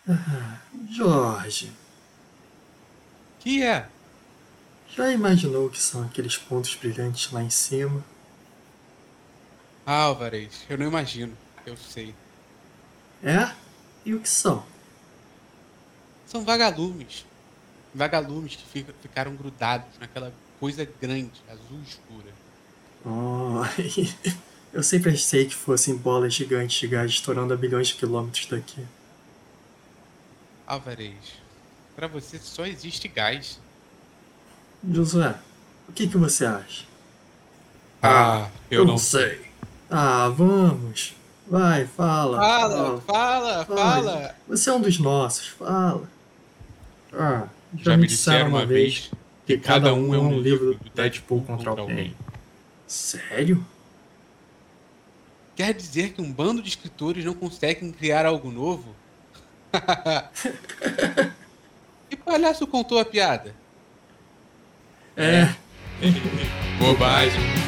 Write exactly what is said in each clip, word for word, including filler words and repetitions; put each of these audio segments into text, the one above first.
Jorge, Que é? já imaginou o que são aqueles pontos brilhantes lá em cima? Ah, Alvarez, eu não imagino. Eu sei. É? E o que são? São vagalumes. Vagalumes que fica- ficaram grudados naquela coisa grande, azul escura. Oh, eu sempre achei que fossem bolas gigantes de gás estourando a bilhões de quilômetros daqui. Alvarez, pra você só existe gás. Josué, o que, que você acha? Ah, Ah, eu eu não não sei. sei. Ah, vamos. Vai, fala, Fala, fala. fala, Vai. fala. Você é um dos nossos, fala. Ah, já Já me me disseram disseram uma uma vez vez que que cada cada um um é é um um livro livro do do Deadpool Deadpool contra contra alguém. alguém. Sério? Quer dizer que um bando de escritores não conseguem criar algo novo? Que palhaço contou a piada? É, É, bobagem. bobagem.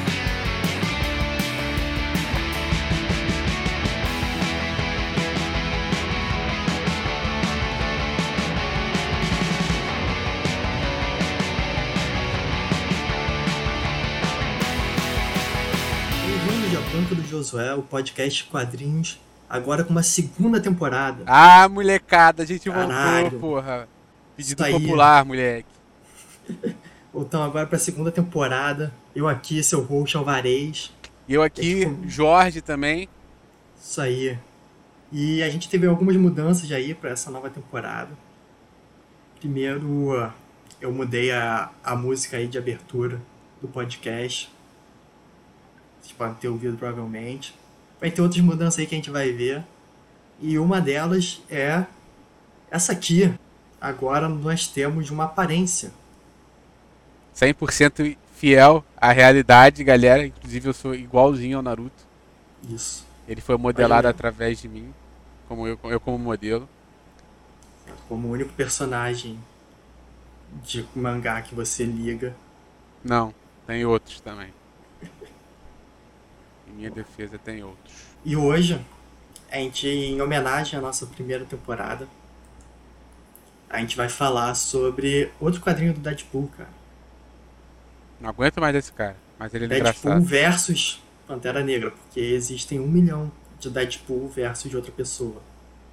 Bem-vindos à Banca do Josué, o podcast de quadrinhos, agora com uma segunda temporada. Ah, molecada, a gente voltou, Caralho, porra. isso Pedido aí. popular, moleque. Voltamos agora para a segunda temporada. Eu aqui, seu host Alvarez. E eu E a gente aqui, com- Jorge também. Isso aí. E a gente teve algumas mudanças aí para essa nova temporada. Primeiro, uh, eu mudei a, a música aí de abertura do podcast. Vocês podem ter ouvido provavelmente. Vai ter outras mudanças aí que a gente vai ver. E uma delas é essa aqui. Agora nós temos uma aparência. cem por cento fiel à realidade, galera. Inclusive, eu sou igualzinho ao Naruto. Isso. Ele foi Olha modelado aí, através de mim, como eu, eu como modelo. como o único personagem de mangá que você liga. Não, tem outros também. Em minha defesa, tem outros. E hoje, a gente, em homenagem à nossa primeira temporada, a gente vai falar sobre outro quadrinho do Deadpool, cara. Não aguento mais desse cara, mas ele é Deadpool engraçado. versus Pantera Negra, porque existem um milhão de Deadpool versus de outra pessoa.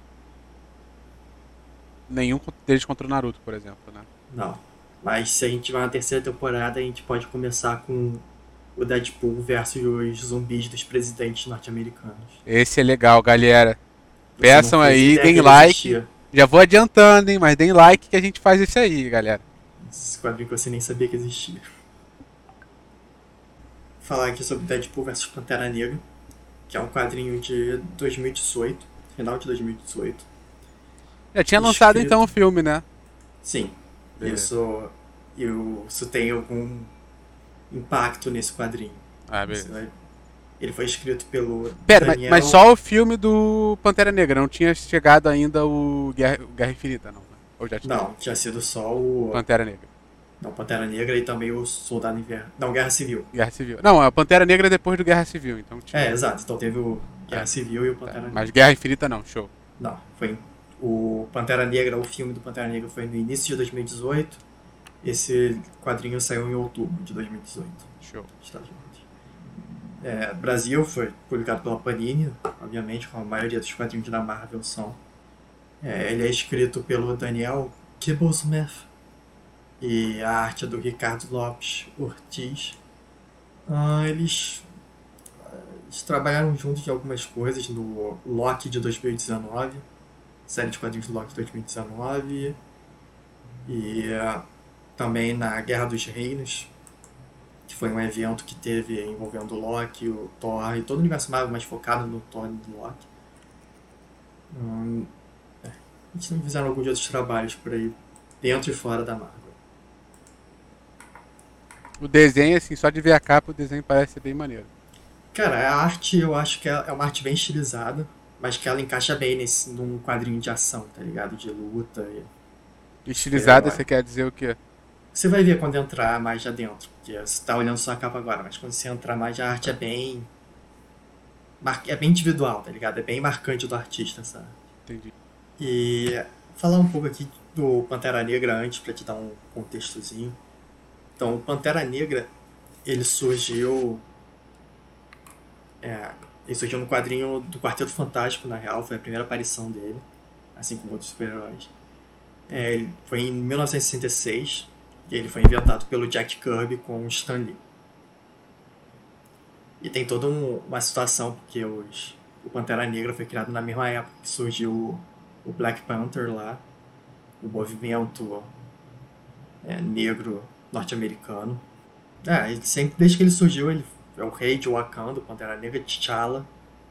Nenhum deles contra o Naruto, por exemplo, né? Não. Mas se a gente vai na terceira temporada, a gente pode começar com o Deadpool versus os zumbis dos presidentes norte-americanos. Esse é legal, galera. Você não Peçam fez aí, ideia que deem ele like. existia. Já vou adiantando, hein? Mas deem like que a gente faz esse aí, galera. Esse quadrinho que você nem sabia que existia. Falar aqui sobre Deadpool versus Pantera Negra, que é um quadrinho de dois mil e dezoito, final de dois mil e dezoito. Já tinha lançado Escrito- então o filme, né? Sim, Beleza. isso, eu- isso tem algum impacto nesse quadrinho. Ah, Você beleza. vai- Ele foi escrito pelo Pera, mas, Daniel... mas só o filme do Pantera Negra, não tinha chegado ainda o Guerra, o Guerra Infinita, não, né? Ou já tinha? Não, tinha sido só o... Pantera Negra. Não, Pantera Negra e também o Soldado Inverno. Não, Guerra Civil. Guerra Civil. Não, a Pantera Negra é depois do Guerra Civil, então tinha. É, exato. Então teve o Guerra É. Civil e o Tá, Pantera Negra. mas Guerra Infinita não, show. Não, foi o Pantera Negra, o filme do Pantera Negra foi no início de dois mil e dezoito. Esse quadrinho saiu em outubro de dois mil e dezoito, Show. nos Estados Unidos. É, Brasil foi publicado pela Panini, obviamente, como a maioria dos quadrinhos da Marvel são. É, ele é escrito pelo Daniel Kibblesmith e a arte é do Ricardo Lopes Ortiz. Ah, eles, eles trabalharam juntos em algumas coisas no Loki de dois mil e dezenove, série de quadrinhos do Loki de dois mil e dezenove, e ah, também na Guerra dos Reinos, que foi um evento que teve envolvendo o Loki, o Thor e todo o universo Marvel, mais focado no Thor e no Loki. Hum, é, eles também fizeram alguns outros trabalhos por aí, dentro e fora da Marvel. O desenho, assim, só de ver a capa, o desenho parece ser bem maneiro. Cara, a arte eu acho que é uma arte bem estilizada, mas que ela encaixa bem nesse, num quadrinho de ação, tá ligado? De luta. E Estilizada, É, você quer dizer o quê? você vai ver quando entrar mais já dentro, porque você tá olhando só a capa agora, mas quando você entrar mais, a arte é bem. mar- É bem individual, tá ligado? É bem marcante do artista, sabe? Entendi. E falar um pouco aqui do Pantera Negra antes, para te dar um contextozinho. Então, o Pantera Negra, ele surgiu... É, ele surgiu no quadrinho do Quarteto Fantástico, na real, foi a primeira aparição dele, assim como outros super-heróis. É, ele foi em mil novecentos e sessenta e seis, e ele foi inventado pelo Jack Kirby com o Stan Lee. E tem toda um, uma situação, porque os, o Pantera Negra foi criado na mesma época que surgiu o, o Black Panther lá, o movimento é, negro norte-americano. É, ele sempre, desde que ele surgiu, ele é o rei de Wakanda, o Pantera Negra, T'Challa.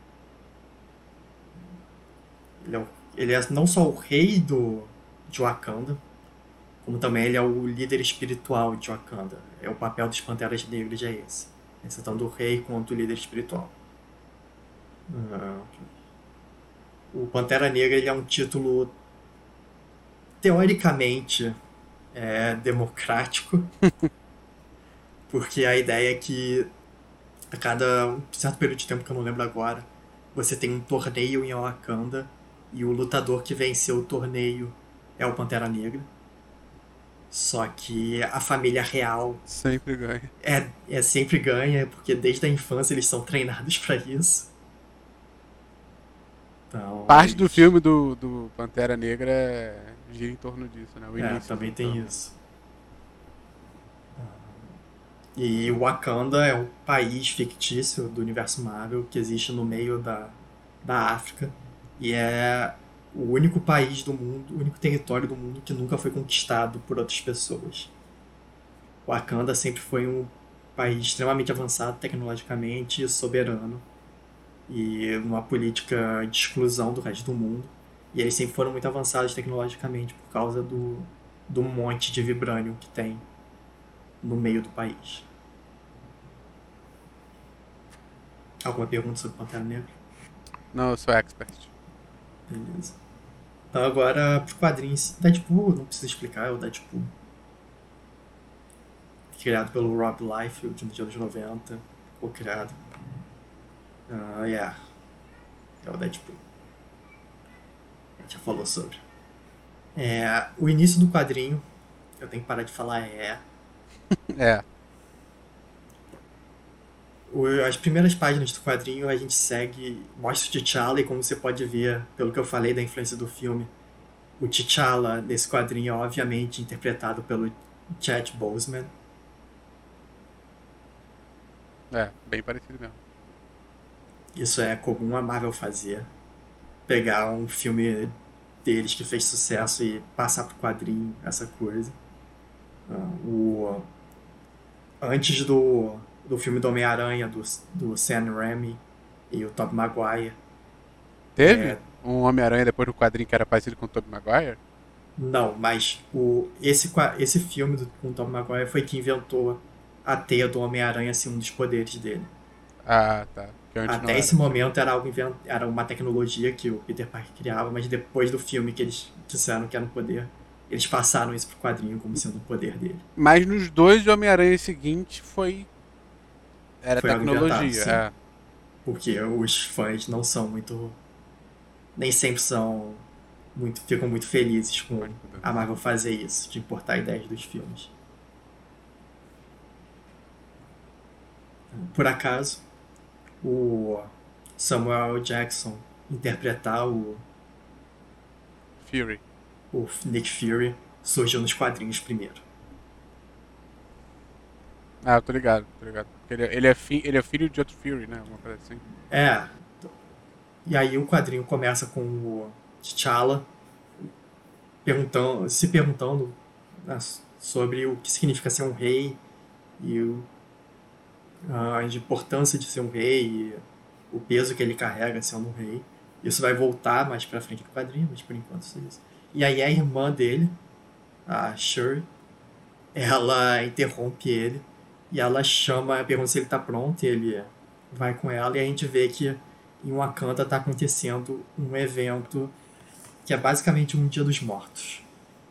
Ele é, o, ele é não só o rei do, de Wakanda, como também ele é o líder espiritual de Wakanda. É o papel dos Panteras Negras é esse. Esse tanto o rei quanto o líder espiritual. Uh, o Pantera Negra ele é um título teoricamente é, democrático, porque a ideia é que a cada um certo período de tempo que eu não lembro agora, você tem um torneio em Wakanda e o lutador que venceu o torneio é o Pantera Negra. Só que a família real sempre ganha. É, é sempre ganha, porque desde a infância eles são treinados pra isso. Então, Parte eles... do filme do, do Pantera Negra é, gira em torno disso, né? O É, início também do tem filme. isso. E Wakanda é um país fictício do universo Marvel que existe no meio da, da África. E é o único país do mundo, o único território do mundo que nunca foi conquistado por outras pessoas. Wakanda sempre foi um país extremamente avançado tecnologicamente e soberano. E uma política de exclusão do resto do mundo. E eles sempre foram muito avançados tecnologicamente por causa do, do monte de vibranium que tem no meio do país. Alguma pergunta sobre Pantera Negra? Não, eu sou expert. Beleza. Então agora pro quadrinho. Deadpool, não precisa explicar, é o Deadpool. Criado pelo Rob Liefeld nos anos noventa. Ou criado. Ah, uh, yeah. É o Deadpool. A gente já falou sobre. É, o início do quadrinho, eu tenho que parar de falar é. É. As primeiras páginas do quadrinho a gente segue, mostra o T'Challa e como você pode ver, pelo que eu falei da influência do filme, o T'Challa nesse quadrinho é obviamente interpretado pelo Chadwick Boseman. É, bem parecido mesmo. Isso é comum a Marvel fazer. Pegar um filme deles que fez sucesso e passar pro quadrinho, essa coisa. O... Antes do, do filme do Homem-Aranha, do, do Sam Raimi e o Tobey Maguire. Teve é... um Homem-Aranha depois do quadrinho que era parecido com o Tobey Maguire? Não, mas o, esse, esse filme do, com o Tobey Maguire foi que inventou a teia do Homem-Aranha ser um dos poderes dele. Ah, tá. Até esse momento era algo invent... era uma tecnologia que o Peter Parker criava, mas depois do filme que eles disseram que era um poder, eles passaram isso pro quadrinho como sendo o poder dele. Mas nos dois de Homem-Aranha seguintes foi... Era foi tecnologia, inventado, é. Porque os fãs não são muito... Nem sempre são... Muito... Ficam muito felizes com a Marvel fazer isso, de importar ideias dos filmes. Por acaso, o Samuel Jackson interpretar o... Fury. O Nick Fury surgiu nos quadrinhos primeiro. Ah, eu tô ligado, tô ligado. Ele, ele, é, fi, ele é filho de outro Fury, né? Alguma coisa assim. É. E aí o quadrinho começa com o T'Challa perguntando, se perguntando né, sobre o que significa ser um rei e o, a importância de ser um rei e o peso que ele carrega sendo um rei. Isso vai voltar mais pra frente do quadrinho, mas por enquanto isso é isso. E aí a irmã dele, a Shuri, ela interrompe ele e ela chama, pergunta se ele tá pronto e ele vai com ela e a gente vê que em Wakanda tá acontecendo um evento que é basicamente um Dia dos Mortos.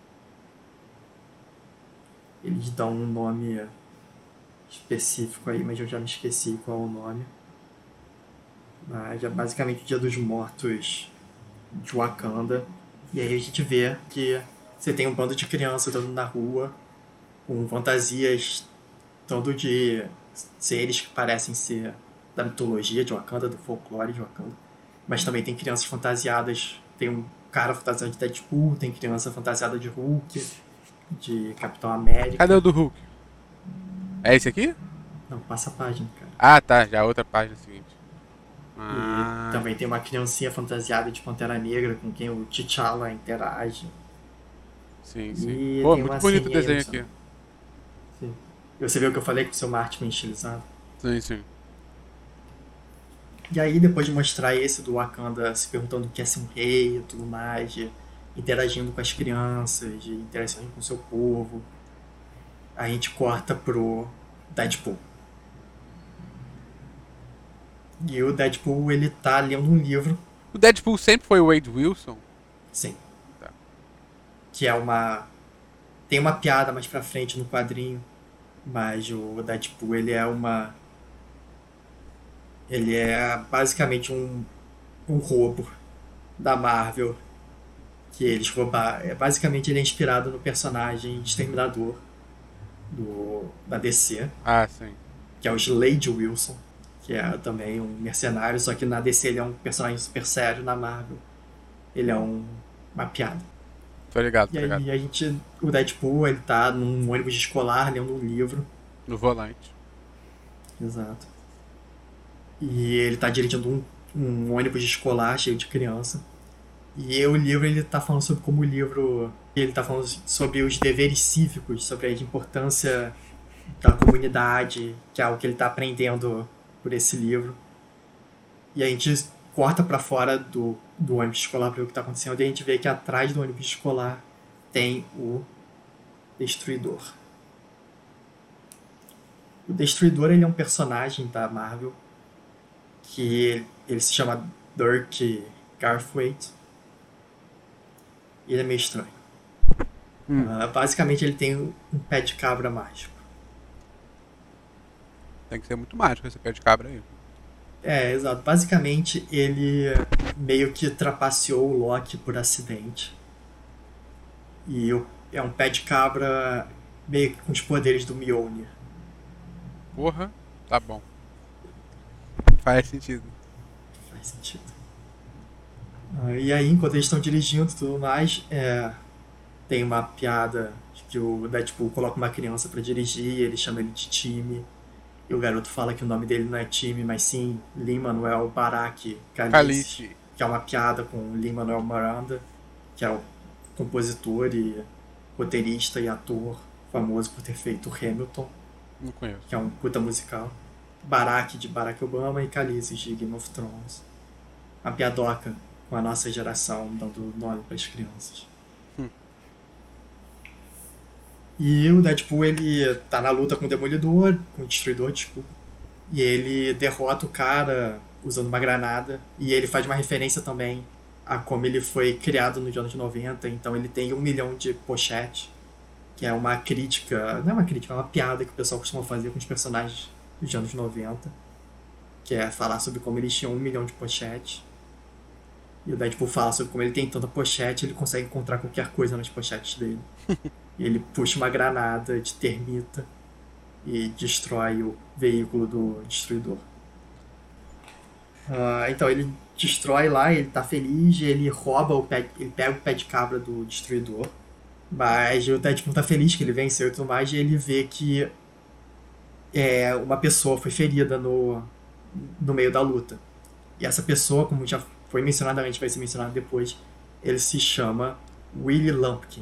Eles dão um nome específico aí, mas eu já me esqueci qual é o nome. Mas é basicamente o Dia dos Mortos de Wakanda. E aí a gente vê que você tem um bando de crianças andando na rua com fantasias todo de seres que parecem ser da mitologia de Wakanda, do folclore de Wakanda. Mas também tem crianças fantasiadas. Tem um cara fantasiado de Deadpool, tem criança fantasiada de Hulk, de Capitão Cadê o América. do Hulk? É esse aqui? Não, passa a página, cara. Ah, tá. Já é outra página seguinte. E Ah, também tem uma criancinha fantasiada de Pantera Negra com quem o T'Challa interage. sim, sim. E Pô, tem muito uma bonito o ceninha aí desenho aqui. emocionante. Sim. E você viu o que eu falei com o seu Martin estilizado? Sim, sim. E aí, depois de mostrar esse do Wakanda se perguntando o que é ser um rei e tudo mais, de interagindo com as crianças, de interagindo com o seu povo, a gente corta pro Deadpool. E o Deadpool, ele tá lendo um livro, O Deadpool sempre foi o Wade Wilson? sim, Tá. que é uma... Tem uma piada mais pra frente no quadrinho, mas o Deadpool, ele é uma... Ele é basicamente um, um roubo da Marvel que eles roubaram. É, basicamente, ele é inspirado no personagem Exterminador do, da D C, Ah, sim. que é o Slade Wilson, que é também um mercenário, só que na D C ele é um personagem super sério, na Marvel ele é um, uma piada. Tô ligado, E tô ligado. aí a gente, o Deadpool, ele tá num ônibus escolar lendo um livro, No volante. exato, e ele tá dirigindo um, um ônibus escolar cheio de criança. E o livro ele tá falando sobre como o livro ele tá falando sobre os deveres cívicos, sobre a importância da comunidade, que é algo que ele tá aprendendo por esse livro. E a gente corta para fora do, do ônibus escolar para ver o que tá acontecendo e a gente vê que atrás do ônibus escolar tem o Destruidor. O Destruidor ele é um personagem da Marvel que ele, ele se chama Dirk Garthwaite. E ele é meio estranho. Hum. Uh, basicamente ele tem um pé de cabra mágico. Tem que ser muito mágico esse pé de cabra aí. É, exato. Basicamente ele meio que trapaceou o Loki por acidente. E é um pé de cabra meio que com os poderes do Mjolnir. Porra, tá bom. Faz sentido. Faz sentido. Uh, e aí, enquanto eles estão dirigindo e tudo mais, é, tem uma piada que o Deadpool coloca uma criança pra dirigir, ele chama ele de Time. E o garoto fala que o nome dele não é Time, mas sim Lin-Manuel Barak Calice, Calice. que é uma piada com Lin-Manuel Miranda, que é o compositor e roteirista e ator famoso por ter feito Hamilton, Não conheço. que é um puta musical. Barack de Barack Obama e Calice de Game of Thrones. Uma piadoca com a nossa geração dando nome para as crianças. Hum. E o Deadpool, ele tá na luta com o Demolidor, com o Destruidor, desculpa. E ele derrota o cara usando uma granada. E ele faz uma referência também a como ele foi criado nos anos noventa. Então ele tem um milhão de pochete, que é uma crítica... Não é uma crítica, é uma piada que o pessoal costuma fazer com os personagens dos anos noventa. Que é falar sobre como eles tinham um milhão de pochete. E o Deadpool fala sobre como ele tem tanta pochete, ele consegue encontrar qualquer coisa nas pochetes dele. E ele puxa uma granada de termita e destrói o veículo do Destruidor. Uh, então ele destrói lá, ele tá feliz, ele rouba o pé, ele pega o pé de cabra do Destruidor. Mas o Deadpool tá feliz que ele venceu e tudo mais, e ele vê que é, uma pessoa foi ferida no, no meio da luta. E essa pessoa, como já foi mencionado antes, vai ser mencionado depois, ele se chama Willie Lumpkin.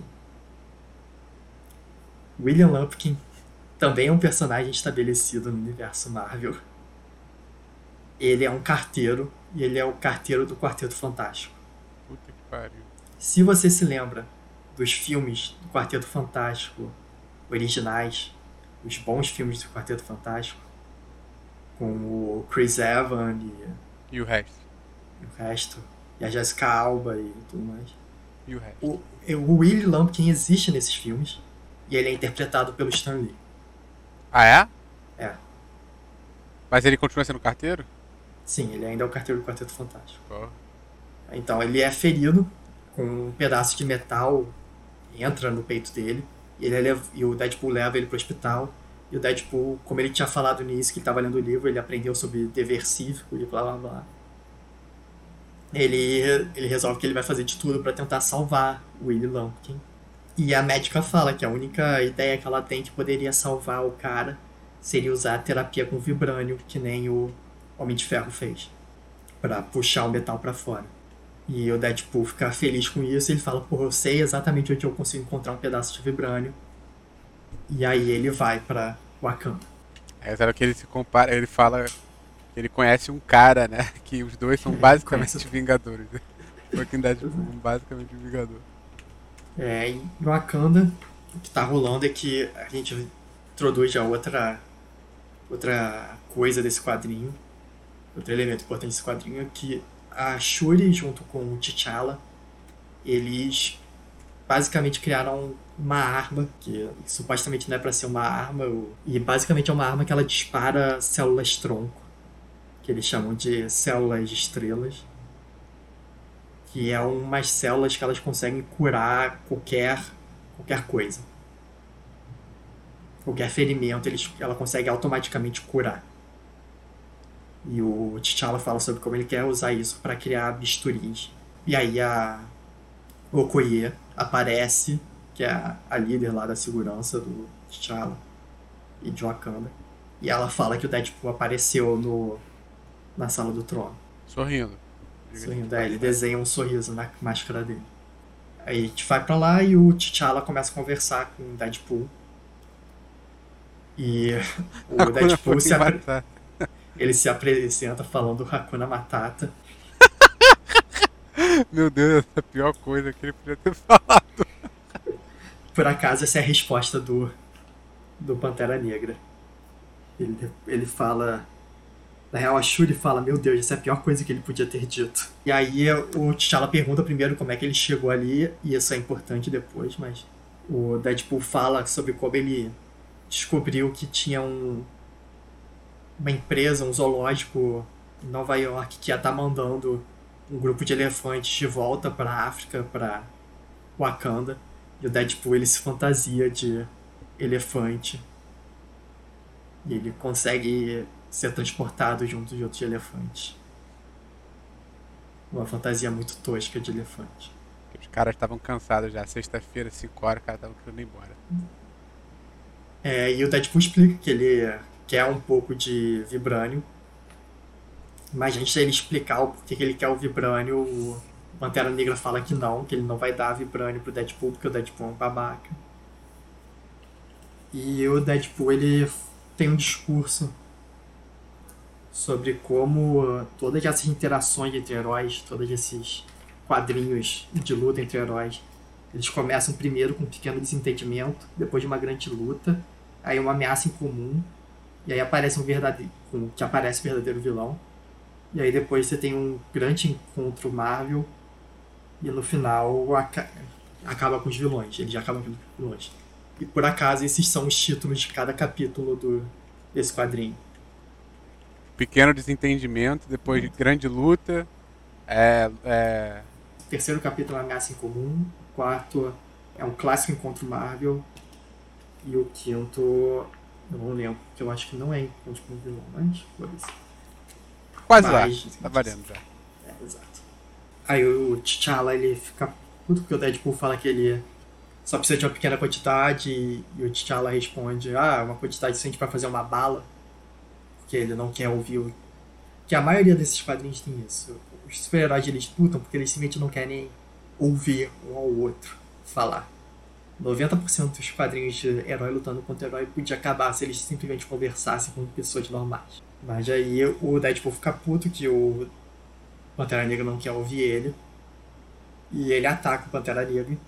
William Lumpkin também é um personagem estabelecido no universo Marvel. Ele é um carteiro, e ele é o carteiro do Quarteto Fantástico. Puta que pariu. Se você se lembra dos filmes do Quarteto Fantástico originais, os bons filmes do Quarteto Fantástico, com o Chris Evans e, E o resto? e o resto, e a Jessica Alba e tudo mais. E o resto? O, o Willie Lumpkin existe nesses filmes, e ele é interpretado pelo Stan Lee. Ah, é? É. Mas ele continua sendo carteiro? Sim, ele ainda é o carteiro do Quarteto Fantástico. Oh. Então, ele é ferido com um pedaço de metal, entra no peito dele, e, ele leva, e o Deadpool leva ele pro hospital. E o Deadpool, como ele tinha falado nisso, que ele estava lendo o livro, ele aprendeu sobre dever cívico e blá blá blá. Ele, ele resolve que ele vai fazer de tudo para tentar salvar o Willy Lumpkin. E a médica fala que a única ideia que ela tem que poderia salvar o cara seria usar a terapia com vibrânio, que nem o Homem de Ferro fez, para puxar o metal para fora. E o Deadpool fica feliz com isso e ele fala, pô, eu sei exatamente onde eu consigo encontrar um pedaço de vibrânio. E aí ele vai pra Wakanda. É, era que ele se compara, ele fala que ele conhece um cara, né? Que os dois são basicamente Vingadores. Joaquim Deadpool, basicamente um Vingador. É, em Wakanda, o que tá rolando é que a gente introduz já outra, outra coisa desse quadrinho, outro elemento importante desse quadrinho, é que a Shuri, junto com o T'Challa, eles basicamente criaram uma arma, que supostamente não é pra ser uma arma, e basicamente é uma arma que ela dispara células tronco, que eles chamam de células de estrelas, que é umas células que elas conseguem curar qualquer, qualquer coisa. Qualquer ferimento, eles, ela consegue automaticamente curar. E o T'Challa fala sobre como ele quer usar isso para criar bisturis. E aí a Okoye aparece, que é a, a líder lá da segurança do T'Challa e de Wakanda. E ela fala que o Deadpool apareceu no, na sala do trono. Sorrindo. Sorrindo, é, ele desenha um sorriso na máscara dele. Aí a gente vai pra lá e o T'Challa começa a conversar com o Deadpool. E o Hakuna Deadpool se, apre... Matata. ele se apresenta falando Hakuna Matata. Meu Deus, essa é a pior coisa que ele podia ter falado. Por acaso, essa é a resposta do, do Pantera Negra. Ele, ele fala... Na real, a Shuri fala, meu Deus, essa é a pior coisa que ele podia ter dito. E aí o T'Challa pergunta primeiro como é que ele chegou ali, e isso é importante depois, mas o Deadpool fala sobre como ele descobriu que tinha um, uma empresa, um zoológico em Nova York que ia estar mandando um grupo de elefantes de volta para a África, para Wakanda. E o Deadpool ele se fantasia de elefante. E ele consegue ser transportado junto de outros elefantes. Uma fantasia muito tosca de elefante. Os caras estavam cansados já. Sexta-feira, cinco horas, os caras estavam querendo ir embora. É, e o Deadpool explica que ele quer um pouco de vibrânio. Mas antes dele explicar o porquê que ele quer o vibrânio, o Pantera Negra fala que não, que ele não vai dar vibrânio pro Deadpool, porque o Deadpool é um babaca. E o Deadpool, ele tem um discurso sobre como todas essas interações entre heróis, todos esses quadrinhos de luta entre heróis, eles começam primeiro com um pequeno desentendimento, depois de uma grande luta, aí uma ameaça em comum, e aí aparece um verdadeiro, que aparece o verdadeiro vilão, e aí depois você tem um grande encontro Marvel, e no final aca- acaba com os vilões, eles acabam com os vilões. E por acaso esses são os títulos de cada capítulo do, desse quadrinho. Pequeno desentendimento, depois de grande luta. É, é... O terceiro capítulo é Ameaça em Comum. O quarto é um clássico encontro Marvel. E o quinto, eu não lembro, porque eu acho que não é encontro com o vilão, mas foda-se. Quase Mas, lá, tá valendo já. É, exato. Aí o T'Challa, ele fica puto porque o Deadpool fala que ele só precisa de uma pequena quantidade e, e o T'Challa responde, ah, uma quantidade suficiente pra fazer uma bala. Porque ele não quer ouvir o... Que a maioria desses quadrinhos tem isso. Os super-heróis, eles lutam porque eles simplesmente não querem ouvir um ao outro falar. noventa por cento dos quadrinhos de herói lutando contra herói podia acabar se eles simplesmente conversassem com pessoas normais. Mas aí o Deadpool fica puto que o Pantera Negra não quer ouvir ele. E ele ataca o Pantera Negra.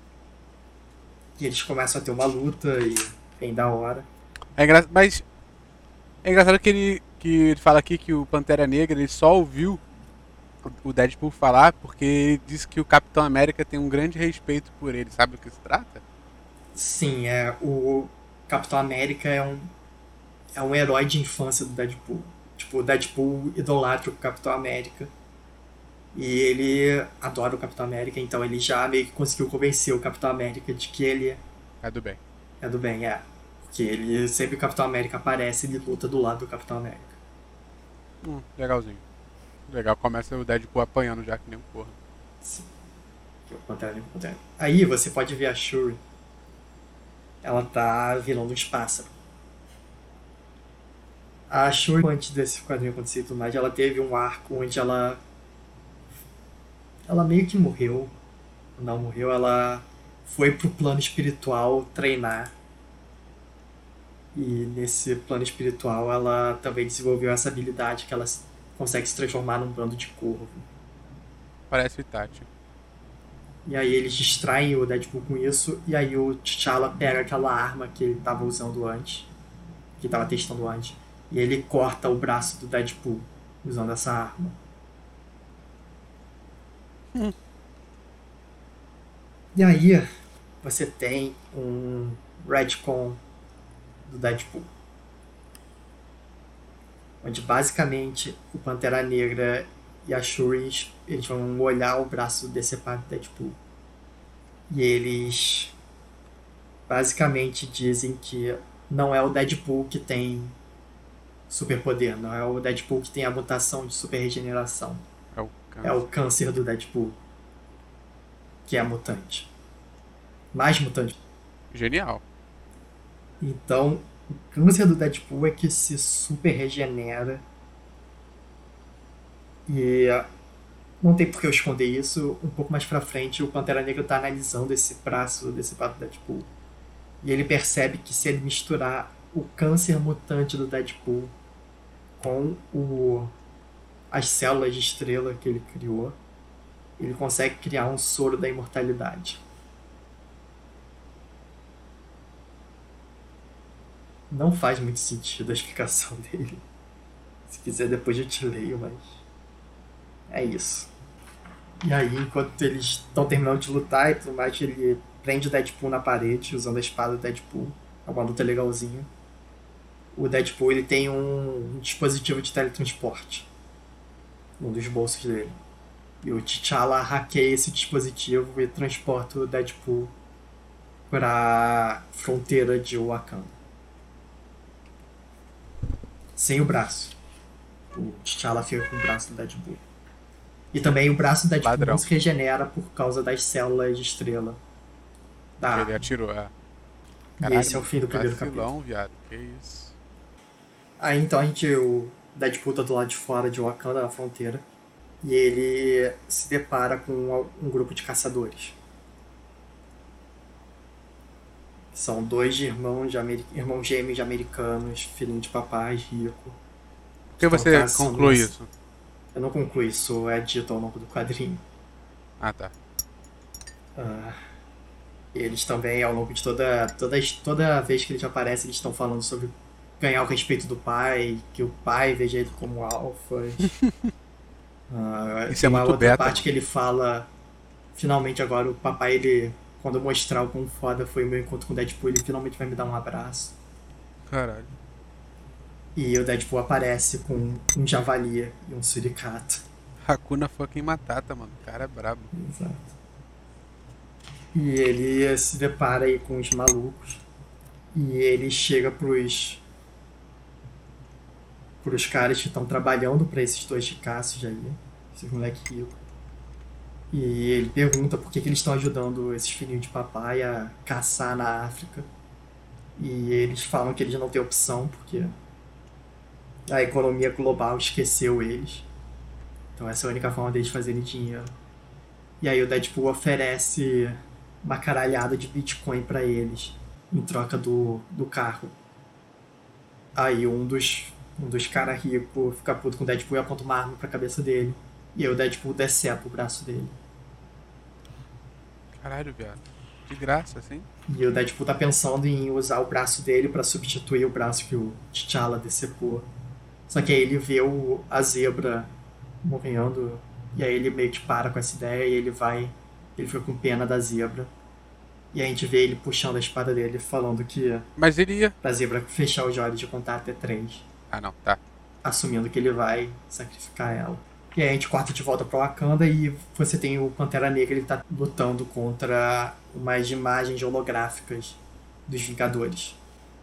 E eles começam a ter uma luta e bem da hora. É engra... Mas é engraçado que ele, que ele fala aqui que o Pantera Negra ele só ouviu o Deadpool falar porque ele disse que o Capitão América tem um grande respeito por ele. Sabe do que se trata? Sim, é, o Capitão América é um, é um herói de infância do Deadpool. Tipo, o Deadpool idolatra o Capitão América. E ele adora o Capitão América, então ele já meio que conseguiu convencer o Capitão América de que ele É do bem. é do bem, é. Porque ele, sempre que o Capitão América aparece, ele luta do lado do Capitão América. Hum, legalzinho. Legal, começa o Deadpool apanhando já que nem um porra. Sim. Que é o Pantera Negra, Pantera Negra. Aí você pode ver a Shuri. Ela tá virando uns pássaros. A Shuri, antes desse quadrinho acontecer e tudo mais, ela teve um arco onde ela. Ela meio que morreu. Não morreu, ela foi pro plano espiritual treinar. E nesse plano espiritual ela também desenvolveu essa habilidade que ela consegue se transformar num bando de corvo. Parece o Itachi. E aí eles distraem o Deadpool com isso, e aí o T'Challa pega aquela arma que ele tava usando antes, que tava testando antes, e ele corta o braço do Deadpool usando essa arma. Hum. E aí você tem um retcon do Deadpool, onde basicamente o Pantera Negra e a Shuri eles vão olhar o braço decepado do Deadpool e eles basicamente dizem que não é o Deadpool que tem superpoder, não é o Deadpool que tem a mutação de super regeneração, É o câncer. é o câncer do Deadpool que é mutante, mais mutante. Genial. Então o câncer do Deadpool é que se super regenera e não tem por que eu esconder isso. Um pouco mais pra frente, o Pantera Negra tá analisando esse braço desse pato do Deadpool. E ele percebe que se ele misturar o câncer mutante do Deadpool com o, as células de estrela que ele criou, ele consegue criar um soro da imortalidade. Não faz muito sentido a explicação dele. Se quiser depois eu te leio, mas é isso. E aí, enquanto eles estão terminando de lutar e tudo mais, ele prende o Deadpool na parede, usando a espada do Deadpool. É uma luta legalzinha. O Deadpool ele tem um, um dispositivo de teletransporte num dos bolsos dele. E o T'Challa hackeia esse dispositivo e transporta o Deadpool pra fronteira de Wakanda. Sem o braço. O T'Challa fica com o braço do Deadpool. E também o braço do Deadpool Padrão. não se regenera por causa das células de estrela. Da Ele atirou, é. E esse é o fim do primeiro vacilão, capítulo. viado. Que isso. Aí então a gente, o Deadpool tá do lado de fora de Wakanda, na fronteira. E ele se depara com um grupo de caçadores. São dois irmãos, de Ameri- irmãos gêmeos de americanos, filhinho de papai, rico. Por que Estão você caçando conclui esse- isso? Eu não concluo, isso é dito ao longo do quadrinho. Ah, tá. Ah, eles também, ao longo de toda, toda, toda vez que eles aparecem, eles estão falando sobre ganhar o respeito do pai, que o pai veja ele como alfa. Ah, Isso tem é uma muito outra beta, parte mano. que ele fala, finalmente agora o papai, ele, quando eu mostrar o quão foda foi o meu encontro com o Deadpool, ele finalmente vai me dar um abraço. Caralho. E o Deadpool aparece com um javali e um suricato. Hakuna fucking Matata, mano. O cara é brabo. Exato. E ele se depara aí com os malucos. E ele chega pros. pros caras que estão trabalhando pra esses dois ricaços aí. Esses moleques ricos. E ele pergunta por que, que eles estão ajudando esses filhinhos de papai a caçar na África. E eles falam que eles não têm opção porque a economia global esqueceu eles. Então essa é a única forma deles fazerem dinheiro. E aí o Deadpool oferece uma caralhada de Bitcoin pra eles em troca do, do carro. Aí um dos, um dos caras ricos fica puto com o Deadpool e aponta uma arma pra cabeça dele. E aí o Deadpool decepa o braço dele. Caralho, viado. De graça, assim. E o Deadpool tá pensando em usar o braço dele pra substituir o braço que o T'Challa decepou. Só que aí ele vê o, a zebra morrendo, e aí ele meio que para com essa ideia e ele vai, ele fica com pena da zebra. E a gente vê ele puxando a espada dele, falando que Mas ele ia. pra zebra fechar os olhos de contar até três, Ah, não, tá. assumindo que ele vai sacrificar ela. E aí a gente corta de volta pra Wakanda e você tem o Pantera Negra, ele tá lutando contra umas imagens holográficas dos Vingadores.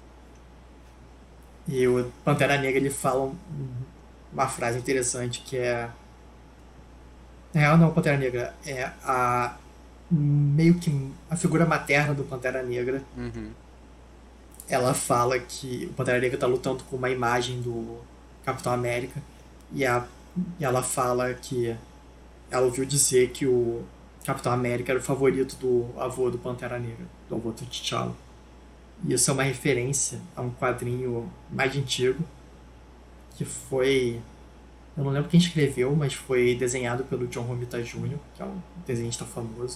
E o Pantera Negra, ele fala um- uma frase interessante que é... Na real, não é o Pantera Negra, é a... meio que a figura materna do Pantera Negra. Uhum. Ela fala que o Pantera Negra tá lutando com uma imagem do Capitão América e, a, e ela fala que ela ouviu dizer que o Capitão América era o favorito do avô do Pantera Negra, do avô do T'Challa. E isso é uma referência a um quadrinho mais antigo que foi... Eu não lembro quem escreveu, mas foi desenhado pelo John Romita Júnior, que é um desenhista famoso.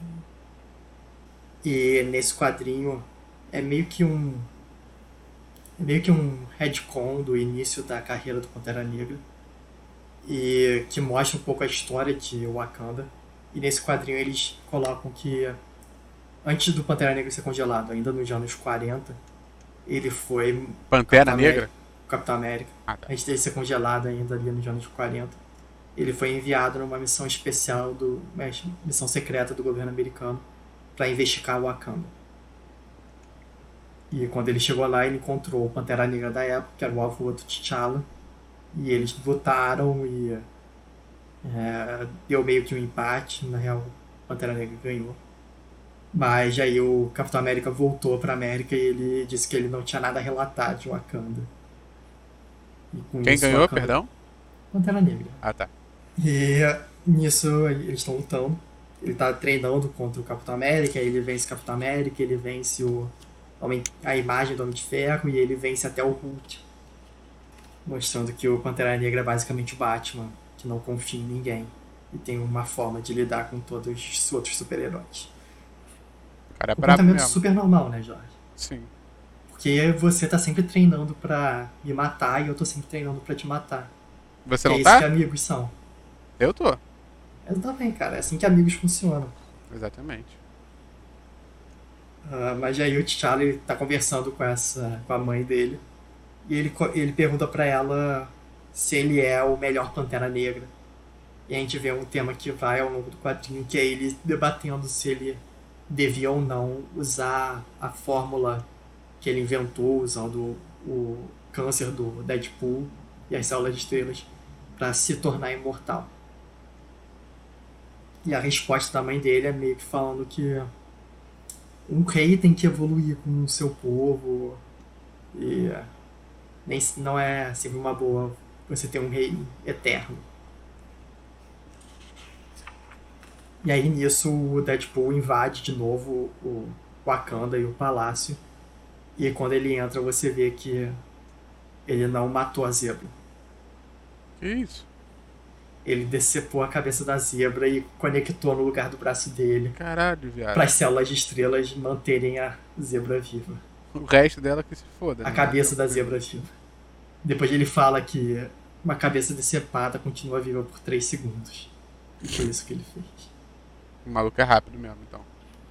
E nesse quadrinho é meio que um é meio que um retcon do início da carreira do Pantera Negra e que mostra um pouco a história de Wakanda. E nesse quadrinho eles colocam que antes do Pantera Negra ser congelado, ainda nos anos quarenta, ele foi Pantera Capitão Negra? América, Capitão América. Ah, tá. Antes dele ser congelado ainda ali nos anos quarenta, ele foi enviado numa missão especial, do, uma missão secreta do governo americano para investigar Wakanda. E quando ele chegou lá, ele encontrou o Pantera Negra da época, que era o avô do T'Challa, e eles lutaram e é, deu meio que um empate. Na real, o Pantera Negra ganhou. Mas aí o Capitão América voltou pra América e ele disse que ele não tinha nada a relatar de Wakanda. E com Quem isso, ganhou, Wakanda... perdão? Pantera Negra. Ah, tá. E nisso eles estão lutando. Ele tá treinando contra o Capitão América, ele vence o Capitão América, ele vence o Homem, a imagem do Homem de Ferro e ele vence até o Hulk. Mostrando que o Pantera Negra é basicamente o Batman, que não confia em ninguém. E tem uma forma de lidar com todos os outros super-heróis. O cara é Um brabo comportamento mesmo. super normal, né, Jorge? Sim. Porque você tá sempre treinando pra me matar e eu tô sempre treinando pra te matar. Você E é não isso tá? que amigos são. Eu tô. Eu também, cara. É assim que amigos funcionam. Exatamente. Uh, mas aí o T'Challa ele tá conversando com essa com a mãe dele e ele, ele pergunta pra ela se ele é o melhor Pantera Negra. E a gente vê um tema que vai ao longo do quadrinho, que é ele debatendo se ele devia ou não usar a fórmula que ele inventou usando o câncer do Deadpool e as células de estrelas pra se tornar imortal. E a resposta da mãe dele é meio que falando que um rei tem que evoluir com o seu povo e nem, não é sempre uma boa você ter um rei eterno. E aí nisso o Deadpool invade de novo o Wakanda e o palácio, e quando ele entra você vê que ele não matou a zebra. Que isso? Ele decepou a cabeça da zebra e conectou no lugar do braço dele Caralho, viado. para as células de estrelas manterem a zebra viva. O resto dela que se foda. A né? cabeça da zebra viva. Depois ele fala que uma cabeça decepada continua viva por três segundos. E foi isso que ele fez. O maluco é rápido mesmo, então.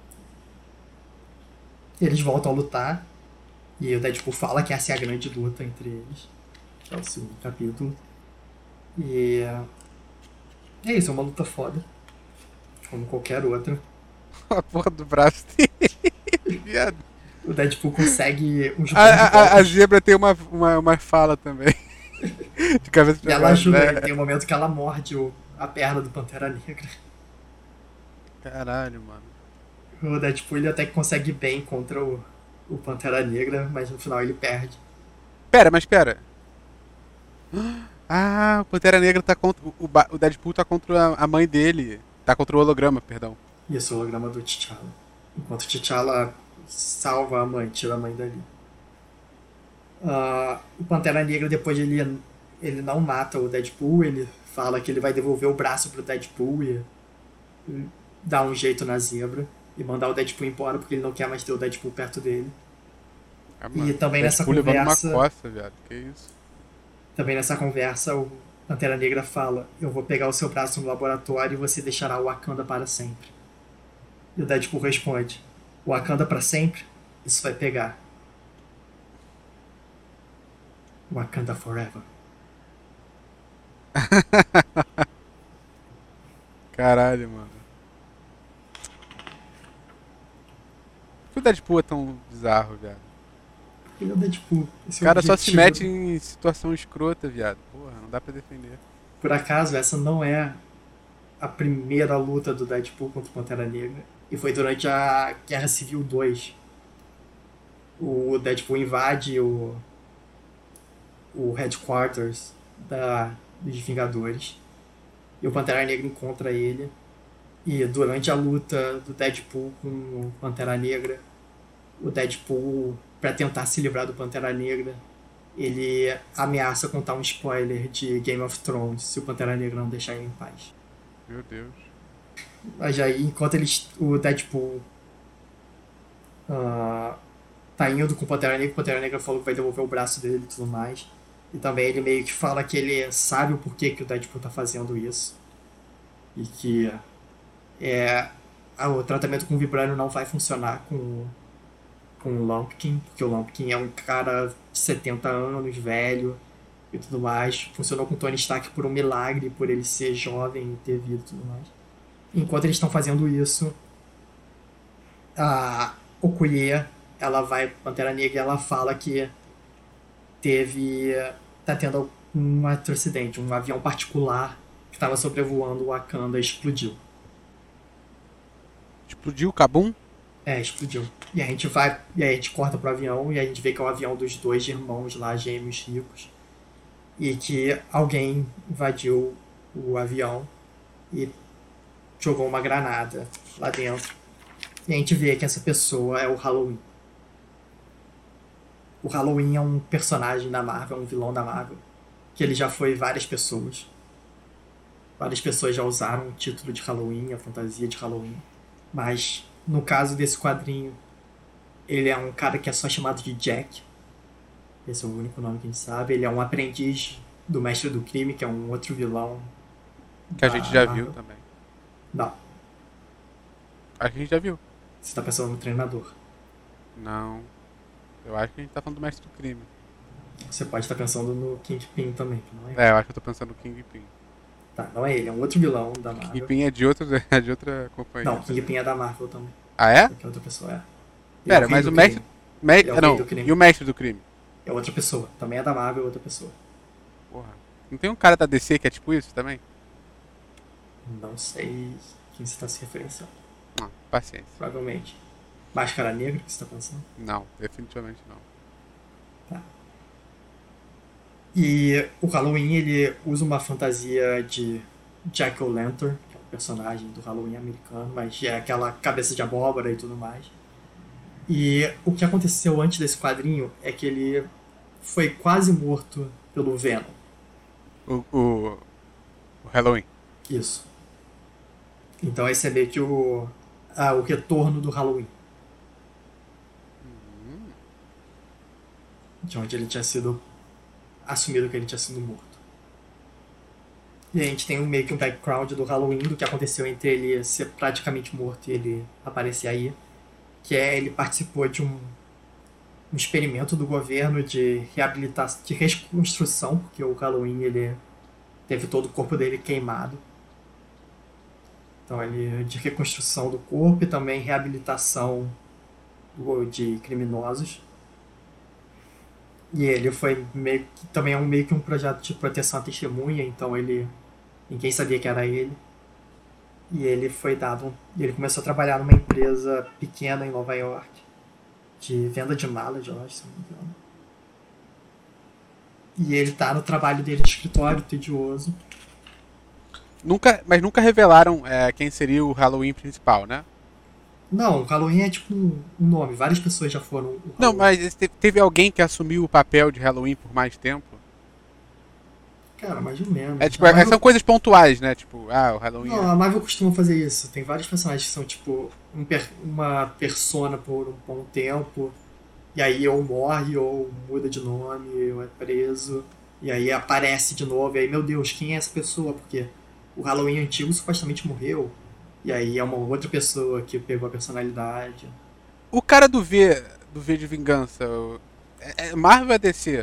Eles voltam a lutar. E o Deadpool fala que essa é a grande luta entre eles. Que é o segundo capítulo. E é isso, é uma luta foda. Como qualquer outra. A porra do braço dele. Viado. O Deadpool consegue um A, jogão de a, a golpes. zebra tem uma, uma, uma fala também. De cabeça E pra ela baixo, ajuda, né? ele tem um momento que ela morde o, a perna do Pantera Negra. Caralho, mano. O Deadpool ele até que consegue bem contra o, o Pantera Negra, mas no final ele perde. Pera, mas pera. Ah, o Pantera Negra tá contra. O, Ba- o Deadpool tá contra a, a mãe dele. Tá contra o holograma, perdão. Isso, o holograma do T'Challa. Enquanto T'Challa salva a mãe, tira a mãe dali. Ah, o Pantera Negra depois ele, ele não mata o Deadpool, ele fala que ele vai devolver o braço pro Deadpool e, e dar um jeito na zebra e mandar o Deadpool embora porque ele não quer mais ter o Deadpool perto dele. Ah, E também nessa Deadpool levando conversa- uma costa, viado. Que isso? Também nessa conversa o Pantera Negra fala: eu vou pegar o seu braço no laboratório e você deixará o Wakanda para sempre. E o Deadpool responde: Wakanda para sempre? Isso vai pegar. Wakanda forever. Caralho, mano. Por que o Deadpool é tão bizarro, viado? Ele é o Deadpool. O cara só se mete em situação escrota, viado. Porra, não dá pra defender. Por acaso, essa não é a primeira luta do Deadpool contra o Pantera Negra. E foi durante a Guerra Civil dois. O Deadpool invade o, o headquarters da, dos Vingadores. E o Pantera Negra encontra ele. E durante a luta do Deadpool com o Pantera Negra, o Deadpool, para tentar se livrar do Pantera Negra, ele ameaça contar um spoiler de Game of Thrones se o Pantera Negra não deixar ele em paz. Meu Deus. Mas aí, enquanto eles, o Deadpool uh, tá indo com o Pantera Negra, o Pantera Negra falou que vai devolver o braço dele e tudo mais. E também ele meio que fala que ele sabe o porquê que o Deadpool tá fazendo isso. E que é, o tratamento com o Vibranium não vai funcionar com, com o Lumpkin, porque o Lumpkin é um cara de setenta anos, velho e tudo mais. Funcionou com o Tony Stark por um milagre, por ele ser jovem e ter vida e tudo mais. Enquanto eles estão fazendo isso, a Okoye, ela vai pro Pantera Negra e ela fala que teve... tá tendo um acidente, um avião particular que estava sobrevoando o Wakanda explodiu. Explodiu o Kabum? É, explodiu. E a gente vai, e aí a gente corta pro avião e a gente vê que é o avião dos dois irmãos lá, gêmeos ricos. E que alguém invadiu o avião e jogou uma granada lá dentro. E a gente vê que essa pessoa é o Halloween. O Halloween é um personagem da Marvel, um vilão da Marvel, que ele já foi várias pessoas. Várias pessoas já usaram o título de Halloween, a fantasia de Halloween. Mas, no caso desse quadrinho, ele é um cara que é só chamado de Jack. Esse é o único nome que a gente sabe. Ele é um aprendiz do Mestre do Crime, que é um outro vilão. Que a gente já Marvel. Viu também. Não. Acho que a gente já viu. Você tá pensando no treinador. Não. Eu acho que a gente tá falando do Mestre do Crime. Você pode estar pensando no Kingpin também, que não é? É, eu acho que eu tô pensando no Kingpin. Tá, não é ele, é um outro vilão da Marvel. Kingpin é de outra, é de outra companhia. Não, Kingpin é da Marvel também. Ah, é? Que outra pessoa é. Pera, é o mas o Mestre... Me... É o não, e o Mestre do Crime? É outra pessoa. Também é da Marvel, é outra pessoa. Porra. Não tem um cara da D C que é tipo isso também? Não sei quem você tá se referenciando. Ah, paciência. Provavelmente. Máscara Negra que você tá pensando? Não, definitivamente não. Tá. E o Halloween, ele usa uma fantasia de Jack-o'-lantern, que é um personagem do Halloween americano, mas é aquela cabeça de abóbora e tudo mais. E o que aconteceu antes desse quadrinho é que ele foi quase morto pelo Venom. O, o, o Halloween. Isso. Então esse é meio que o, ah, o retorno do Halloween. Hum. De onde ele tinha sido assumido que ele tinha sido morto. E a gente tem um, meio que um background do Halloween, do que aconteceu entre ele ser praticamente morto e ele aparecer aí. Que é, ele participou de um, um experimento do governo de reabilitação, de reconstrução, porque o Halloween, ele teve todo o corpo dele queimado. Então ele de reconstrução do corpo e também reabilitação de criminosos. E ele foi meio que, também é um, meio que um projeto de proteção à testemunha, então ele ninguém sabia que era ele. E ele foi dado, ele começou a trabalhar numa empresa pequena em Nova York de venda de malas, eu acho, se não me engano. E ele tá no trabalho dele de escritório, tedioso. Nunca, mas nunca revelaram é, quem seria o Halloween principal, né? Não, o Halloween é tipo um nome. Várias pessoas já foram o Halloween. Não, mas teve alguém que assumiu o papel de Halloween por mais tempo? Cara, mais ou menos. É, tipo, Marvel... São coisas pontuais, né? Tipo, ah, o Halloween... Não, é... a Marvel costuma fazer isso. Tem vários personagens que são, tipo, um per... uma persona por um bom tempo. E aí ou morre, ou muda de nome, ou é preso. E aí aparece de novo. E aí, meu Deus, quem é essa pessoa? Porque o Halloween antigo supostamente morreu. E aí é uma outra pessoa que pegou a personalidade. O cara do V, do V de Vingança, é Marvel ou é D C?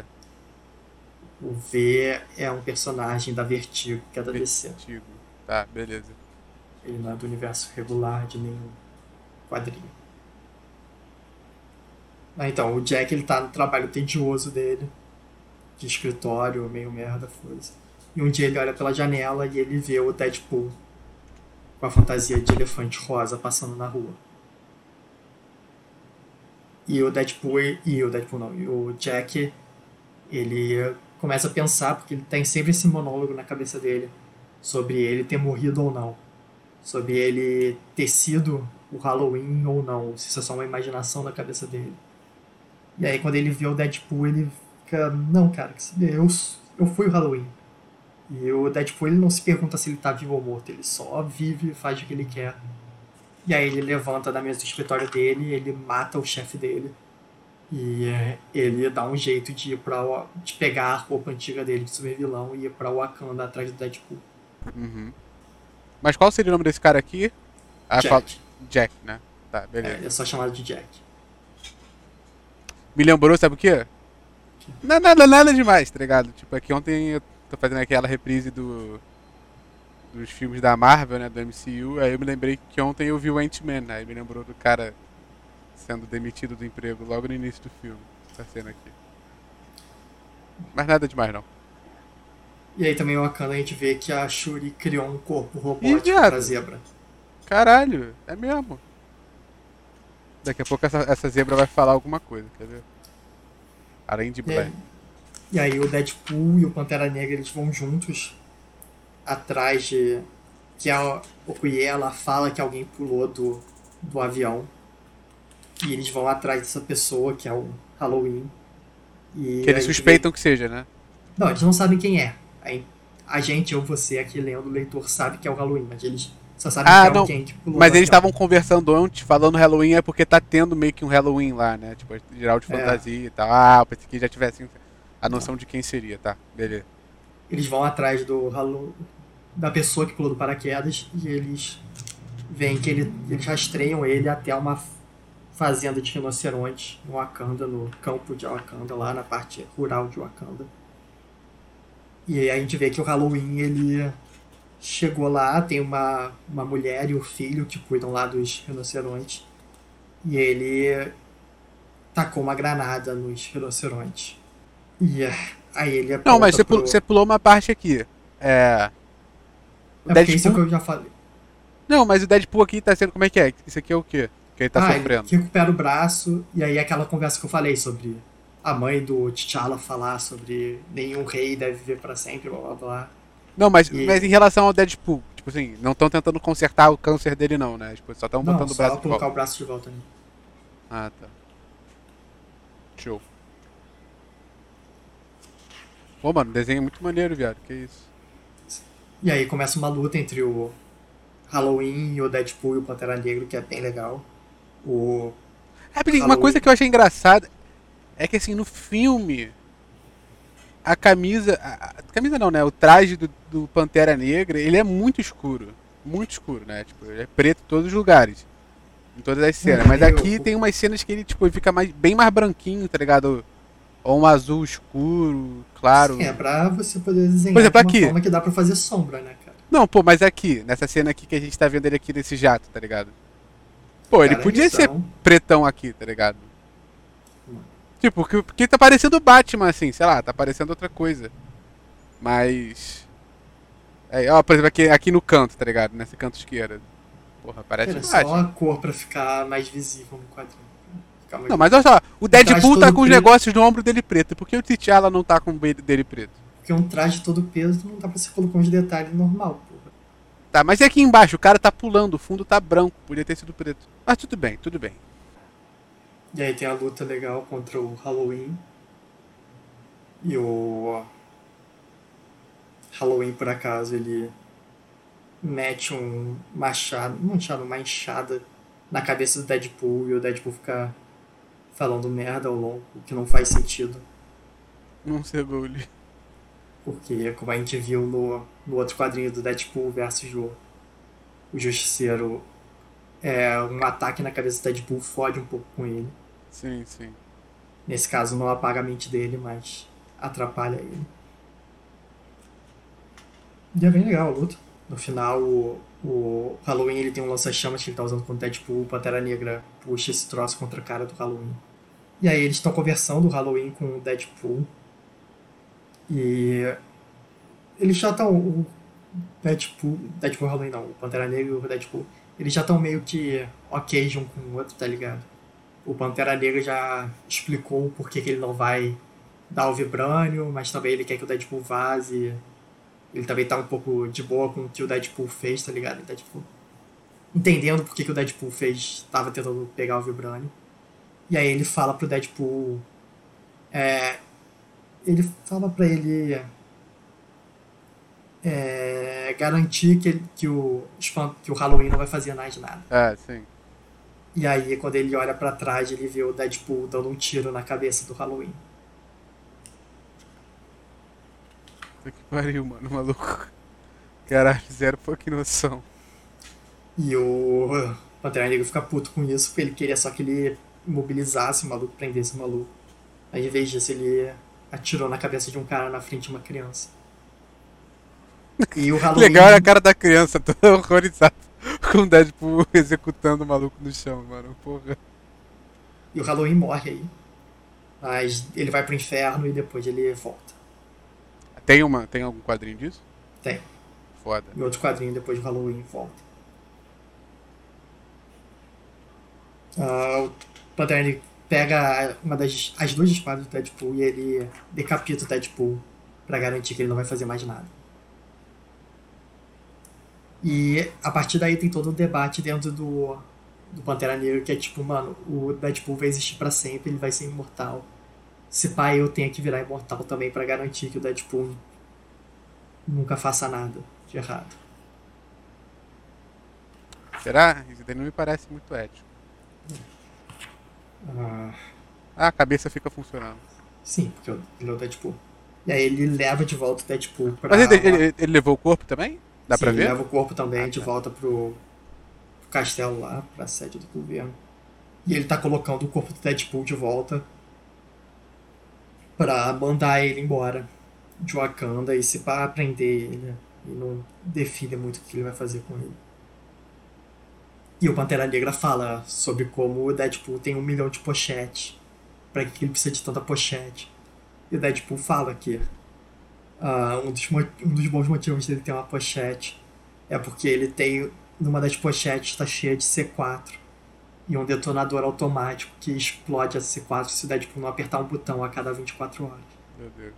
O V é um personagem da Vertigo, que é da Vertigo. D C. Tá, beleza. Ele não é do universo regular de nenhum quadrinho. Ah, então, o Jack ele tá no trabalho tedioso dele, de escritório, meio merda, coisa. E um dia ele olha pela janela e ele vê o Deadpool com a fantasia de elefante rosa passando na rua. E o Deadpool, e o Deadpool não, e o Jack, ele começa a pensar, porque ele tem sempre esse monólogo na cabeça dele, sobre ele ter morrido ou não. Sobre ele ter sido o Halloween ou não, se isso é só uma imaginação na cabeça dele. E aí quando ele vê o Deadpool, ele fica, não, cara, eu, eu fui o Halloween. E o Deadpool ele não se pergunta se ele tá vivo ou morto, ele só vive e faz o que ele quer. E aí ele levanta da mesa do escritório dele, ele mata o chefe dele. E ele dá um jeito de ir pra, de pegar a roupa antiga dele de super vilão e ir pra Wakanda atrás do Deadpool. Uhum. Mas qual seria o nome desse cara aqui? Ah, Jack. fala... Jack, né? Tá, beleza. É, ele é só chamado de Jack. Me lembrou, sabe o quê? Não, nada, nada demais, tá ligado? Tipo, aqui ontem eu tô fazendo aquela reprise do dos filmes da Marvel, né, do M C U, aí eu me lembrei que ontem eu vi o Ant-Man, aí me lembrou do cara sendo demitido do emprego logo no início do filme, essa cena aqui. Mas nada demais, não. E aí também o Wakanda a gente vê que a Shuri criou um corpo Ih, robótico viado. pra zebra. Caralho, é mesmo. Daqui a pouco essa, essa zebra vai falar alguma coisa, quer ver? Além de E Black. aí, e aí o Deadpool e o Pantera Negra eles vão juntos atrás de... que a Okoye, ela fala que alguém pulou do, do avião. E eles vão atrás dessa pessoa, que é o Halloween. E Que eles a gente suspeitam vê- que seja, né? Não, eles não sabem quem é. Aí, a gente ou você aqui lendo, o leitor sabe que é o Halloween, mas eles só sabem Ah, que é não. alguém que pulou Mas do eles avião. estavam conversando antes, falando Halloween é porque tá tendo meio que um Halloween lá, né? Tipo, geral de É. fantasia e tal. Ah, eu pensei que já tivesse a noção de quem seria, tá? Beleza. Eles vão atrás do Halloween, da pessoa que pulou do paraquedas, e eles veem que ele, eles rastreiam ele até uma fazenda de rinoceronte em Wakanda, no campo de Wakanda, lá na parte rural de Wakanda. E aí a gente vê que o Halloween, ele chegou lá, tem uma, uma mulher e o filho que cuidam lá dos rinocerontes, e ele tacou uma granada nos rinocerontes. E eh, aí ele aponta Não, mas você pro... pulou, você pulou uma parte aqui. É. O É porque isso é o que Deadpool. eu já falei. Não, mas o Deadpool aqui tá sendo. Como é que é? Isso aqui é o quê? Que ele tá Ah, sofrendo. ele recupera o braço, e aí aquela conversa que eu falei sobre a mãe do T'Challa falar sobre nenhum rei deve viver pra sempre, blá blá blá. Não, mas, E- mas em relação ao Deadpool, tipo assim, não estão tentando consertar o câncer dele, não, né? Tipo, só estão Não, botando o só braço de colocar volta. o braço de volta, né? Ah, tá. Show. Pô, mano, desenho é muito maneiro, viado. Que isso. E aí começa uma luta entre o Halloween e o Deadpool e o Pantera Negra, que é bem legal. O Rapidinho, uma Halloween. coisa que eu achei engraçada é que assim, no filme, a camisa. A, a camisa não, né? O traje do, do Pantera Negra, ele é muito escuro. Muito escuro, né? Tipo, ele é preto em todos os lugares. Em todas as cenas. Mas meio- aqui tem umas cenas que ele, tipo, ele fica mais, bem mais branquinho, tá ligado? Ou um azul escuro, claro. É, pra você poder desenhar Por exemplo, de uma aqui. forma que dá pra fazer sombra, né, cara? Não, pô, mas aqui, nessa cena aqui que a gente tá vendo ele aqui desse jato, tá ligado? Pô, ele Cara, podia eles ser são- pretão aqui, tá ligado? Tipo, porque, porque tá parecendo o Batman, assim, sei lá, tá parecendo outra coisa. Mas. É, ó, por exemplo, aqui, aqui no canto, tá ligado? Nesse canto esquerdo. Porra, parece Era o só Batman. a cor pra ficar mais visível no quadrinho. Ficar mais Não, mas olha só, o traje Deadpool tá todo com os preto. negócios no ombro dele preto. Por que o T'Challa não tá com o dele preto? Porque um traje todo peso não dá pra você colocar uns detalhes normal, porra. Tá, mas e aqui embaixo? O cara tá pulando, o fundo tá branco, podia ter sido preto. Mas tudo bem, tudo bem. E aí tem a luta legal contra o Halloween. E o Halloween, por acaso, ele mete um machado, um machado, uma enxada na cabeça do Deadpool, e o Deadpool fica falando merda ao longo, o que não faz sentido. Não sei, Goli. Porque, como a gente viu no, no outro quadrinho do Deadpool versus o, o Justiceiro, é, um ataque na cabeça do Deadpool fode um pouco com ele. Sim, sim. Nesse caso, não apaga a mente dele, mas atrapalha ele. E é bem legal a luta. No final, o O Halloween ele tem um lança-chamas que ele tá usando contra o Deadpool, o Pantera Negra puxa esse troço contra a cara do Halloween. E aí eles estão conversando o Halloween com o Deadpool. E eles já estão. O Deadpool. Deadpool Halloween não, o Pantera Negra e o Deadpool. Eles já estão meio que ok de um com o outro, tá ligado? O Pantera Negra já explicou o porquê que ele não vai dar o Vibrânio, mas também ele quer que o Deadpool vaze. Ele também tá um pouco de boa com o que o Deadpool fez, tá ligado? Ele tá, tipo, entendendo por que, que o Deadpool fez, tava tentando pegar o Vibrânio. E aí ele fala pro Deadpool. É, ele fala pra ele é, garantir que, ele, que, o, que o Halloween não vai fazer mais nada. Ah, sim. E aí, quando ele olha pra trás, ele vê o Deadpool dando um tiro na cabeça do Halloween. Puta que pariu, mano, maluco. Caralho, zero fucking noção. E o Pantera Negra fica puto com isso, porque ele queria só que ele imobilizasse o maluco, prendesse o maluco. Aí, em vez disso, ele atirou na cabeça de um cara na frente de uma criança. E o Halloween... Legal era a cara da criança, todo horrorizado, com o Deadpool executando o maluco no chão, mano, porra. E o Halloween morre aí. Mas ele vai pro inferno e depois ele volta. Tem, uma, tem algum quadrinho disso? Tem. Foda. E outro quadrinho depois do Halloween volta. Uh, o Pantera Negra pega uma das, as duas espadas do Deadpool e ele decapita o Deadpool pra garantir que ele não vai fazer mais nada. E a partir daí tem todo um debate dentro do, do Pantera Negra que é tipo, mano, o Deadpool vai existir pra sempre, ele vai ser imortal. Se pá, eu tenho que virar imortal também pra garantir que o Deadpool nunca faça nada de errado. Será? Isso daí não me parece muito ético. Ah, Ah, a cabeça fica funcionando. sim, porque ele é o Deadpool. E aí ele leva de volta o Deadpool pra... Mas ele, ele, ele levou o corpo também? Dá sim, pra ele ver? leva o corpo também Ah, de tá. volta pro, pro castelo lá, pra sede do governo. E ele tá colocando o corpo do Deadpool de volta pra mandar ele embora de Wakanda e se pá, prender ele. E não define muito o que ele vai fazer com ele. E o Pantera Negra fala sobre como o Deadpool tem um milhão de pochetes. Pra que ele precisa de tanta pochete? E o Deadpool fala que ah, um, dos, um dos bons motivos dele ter uma pochete é porque ele tem, numa das pochetes está cheia de C quatro e um detonador automático que explode a C quatro se o Deadpool não apertar um botão a cada vinte e quatro horas. Meu Deus.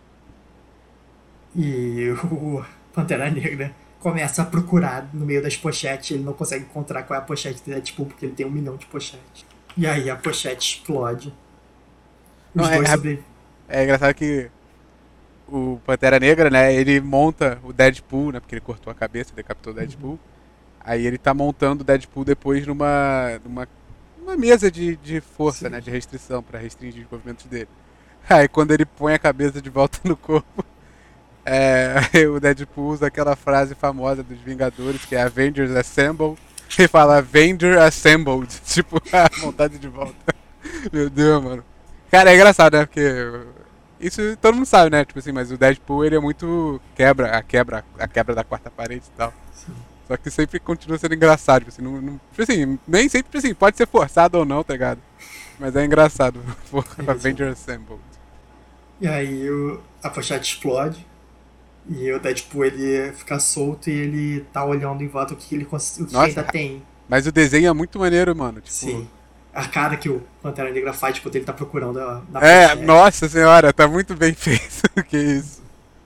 E o Pantera Negra começa a procurar no meio das pochetes, ele não consegue encontrar qual é a pochete do Deadpool porque ele tem um milhão de pochetes. E aí a pochete explode. Os Não, é, dois é, sobrevivem. é engraçado que o Pantera Negra, né, ele monta o Deadpool, né, porque ele cortou a cabeça, decapitou o Deadpool. Aí ele tá montando o Deadpool depois numa, numa uma mesa de, de força, Sim. né, de restrição, pra restringir os movimentos dele. Aí quando ele põe a cabeça de volta no corpo, é, o Deadpool usa aquela frase famosa dos Vingadores, que é Avengers Assemble, e fala Avenger Assembled, tipo, a montado de volta. Meu Deus, mano. Cara, é engraçado, né, porque isso todo mundo sabe, né, tipo assim, mas o Deadpool, ele é muito quebra, a quebra, a quebra da quarta parede e tal. Sim. Só que sempre continua sendo engraçado, tipo assim, não, não, tipo assim, nem sempre, tipo assim, pode ser forçado ou não, tá ligado? Mas é engraçado, porra, É Avenger Assembled. E aí o, a pochete explode. E o Deadpool ele fica solto e ele tá olhando em volta o que ele o que Nossa, ainda tem. mas o desenho é muito maneiro, mano. Tipo, Sim. A cara que o Pantera Negra faz quando ele tá procurando a, na é, pochete. nossa senhora, tá muito bem feito. Que isso.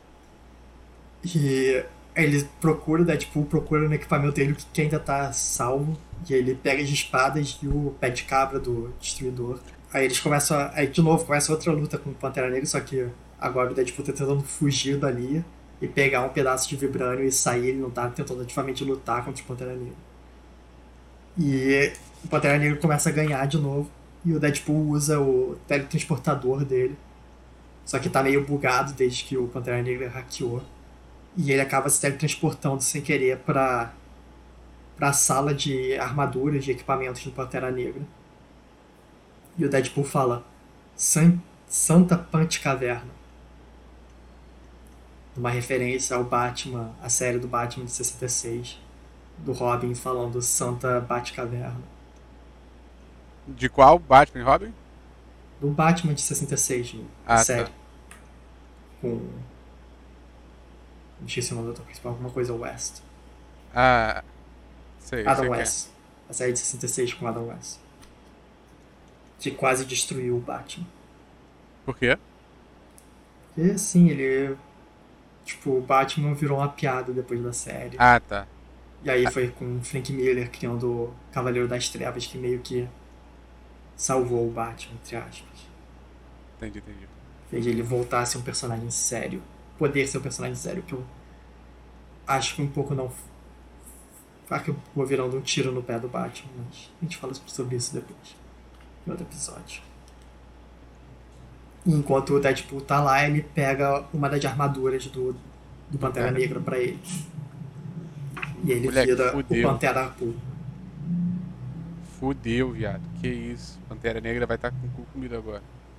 E ele procura, o Deadpool procura no equipamento dele o que ainda tá salvo. E ele pega as espadas e o pé de cabra do destruidor. Aí eles começam. A, aí de novo começa outra luta com o Pantera Negra, só que agora o Deadpool tá tentando fugir dali e pegar um pedaço de vibrânio e sair. Ele não tá tentando ativamente lutar contra o Pantera Negra. E o Pantera Negra começa a ganhar de novo. E o Deadpool usa o teletransportador dele. Só que tá meio bugado desde que o Pantera Negra hackeou. E ele acaba se teletransportando sem querer pra, pra sala de armaduras, de equipamentos do Pantera Negra. E o Deadpool fala: San, Santa Punch Caverna. Uma referência ao Batman, a série do Batman de sessenta e seis. do Robin falando Santa Batcaverna. De qual? Batman e Robin? Do Batman de sessenta e seis, a Ah, série. tá. Com. Não esqueci o nome do ator principal, alguma coisa West. Ah, sei, Adam sei quem é. West. A série de sessenta e seis com Adam West. Que quase destruiu o Batman. Por quê? E sim, ele. Tipo, o Batman virou uma piada depois da série. Ah, tá. E aí foi com o Frank Miller criando o Cavaleiro das Trevas, que meio que salvou o Batman, entre aspas. Entendi, entendi. Fez ele voltar a ser um personagem sério. Poder ser um personagem sério, que eu acho que um pouco não. Acabou virando um tiro no pé do Batman, mas a gente fala sobre isso depois. Em outro episódio. E enquanto o Deadpool tá lá, ele pega uma das armaduras do, do Pantera Cara. Negra pra ele. E ele Moleque, vira fudeu. o Pantera Pool. Fudeu, viado. Que isso. Pantera Negra vai estar com o cu comido agora.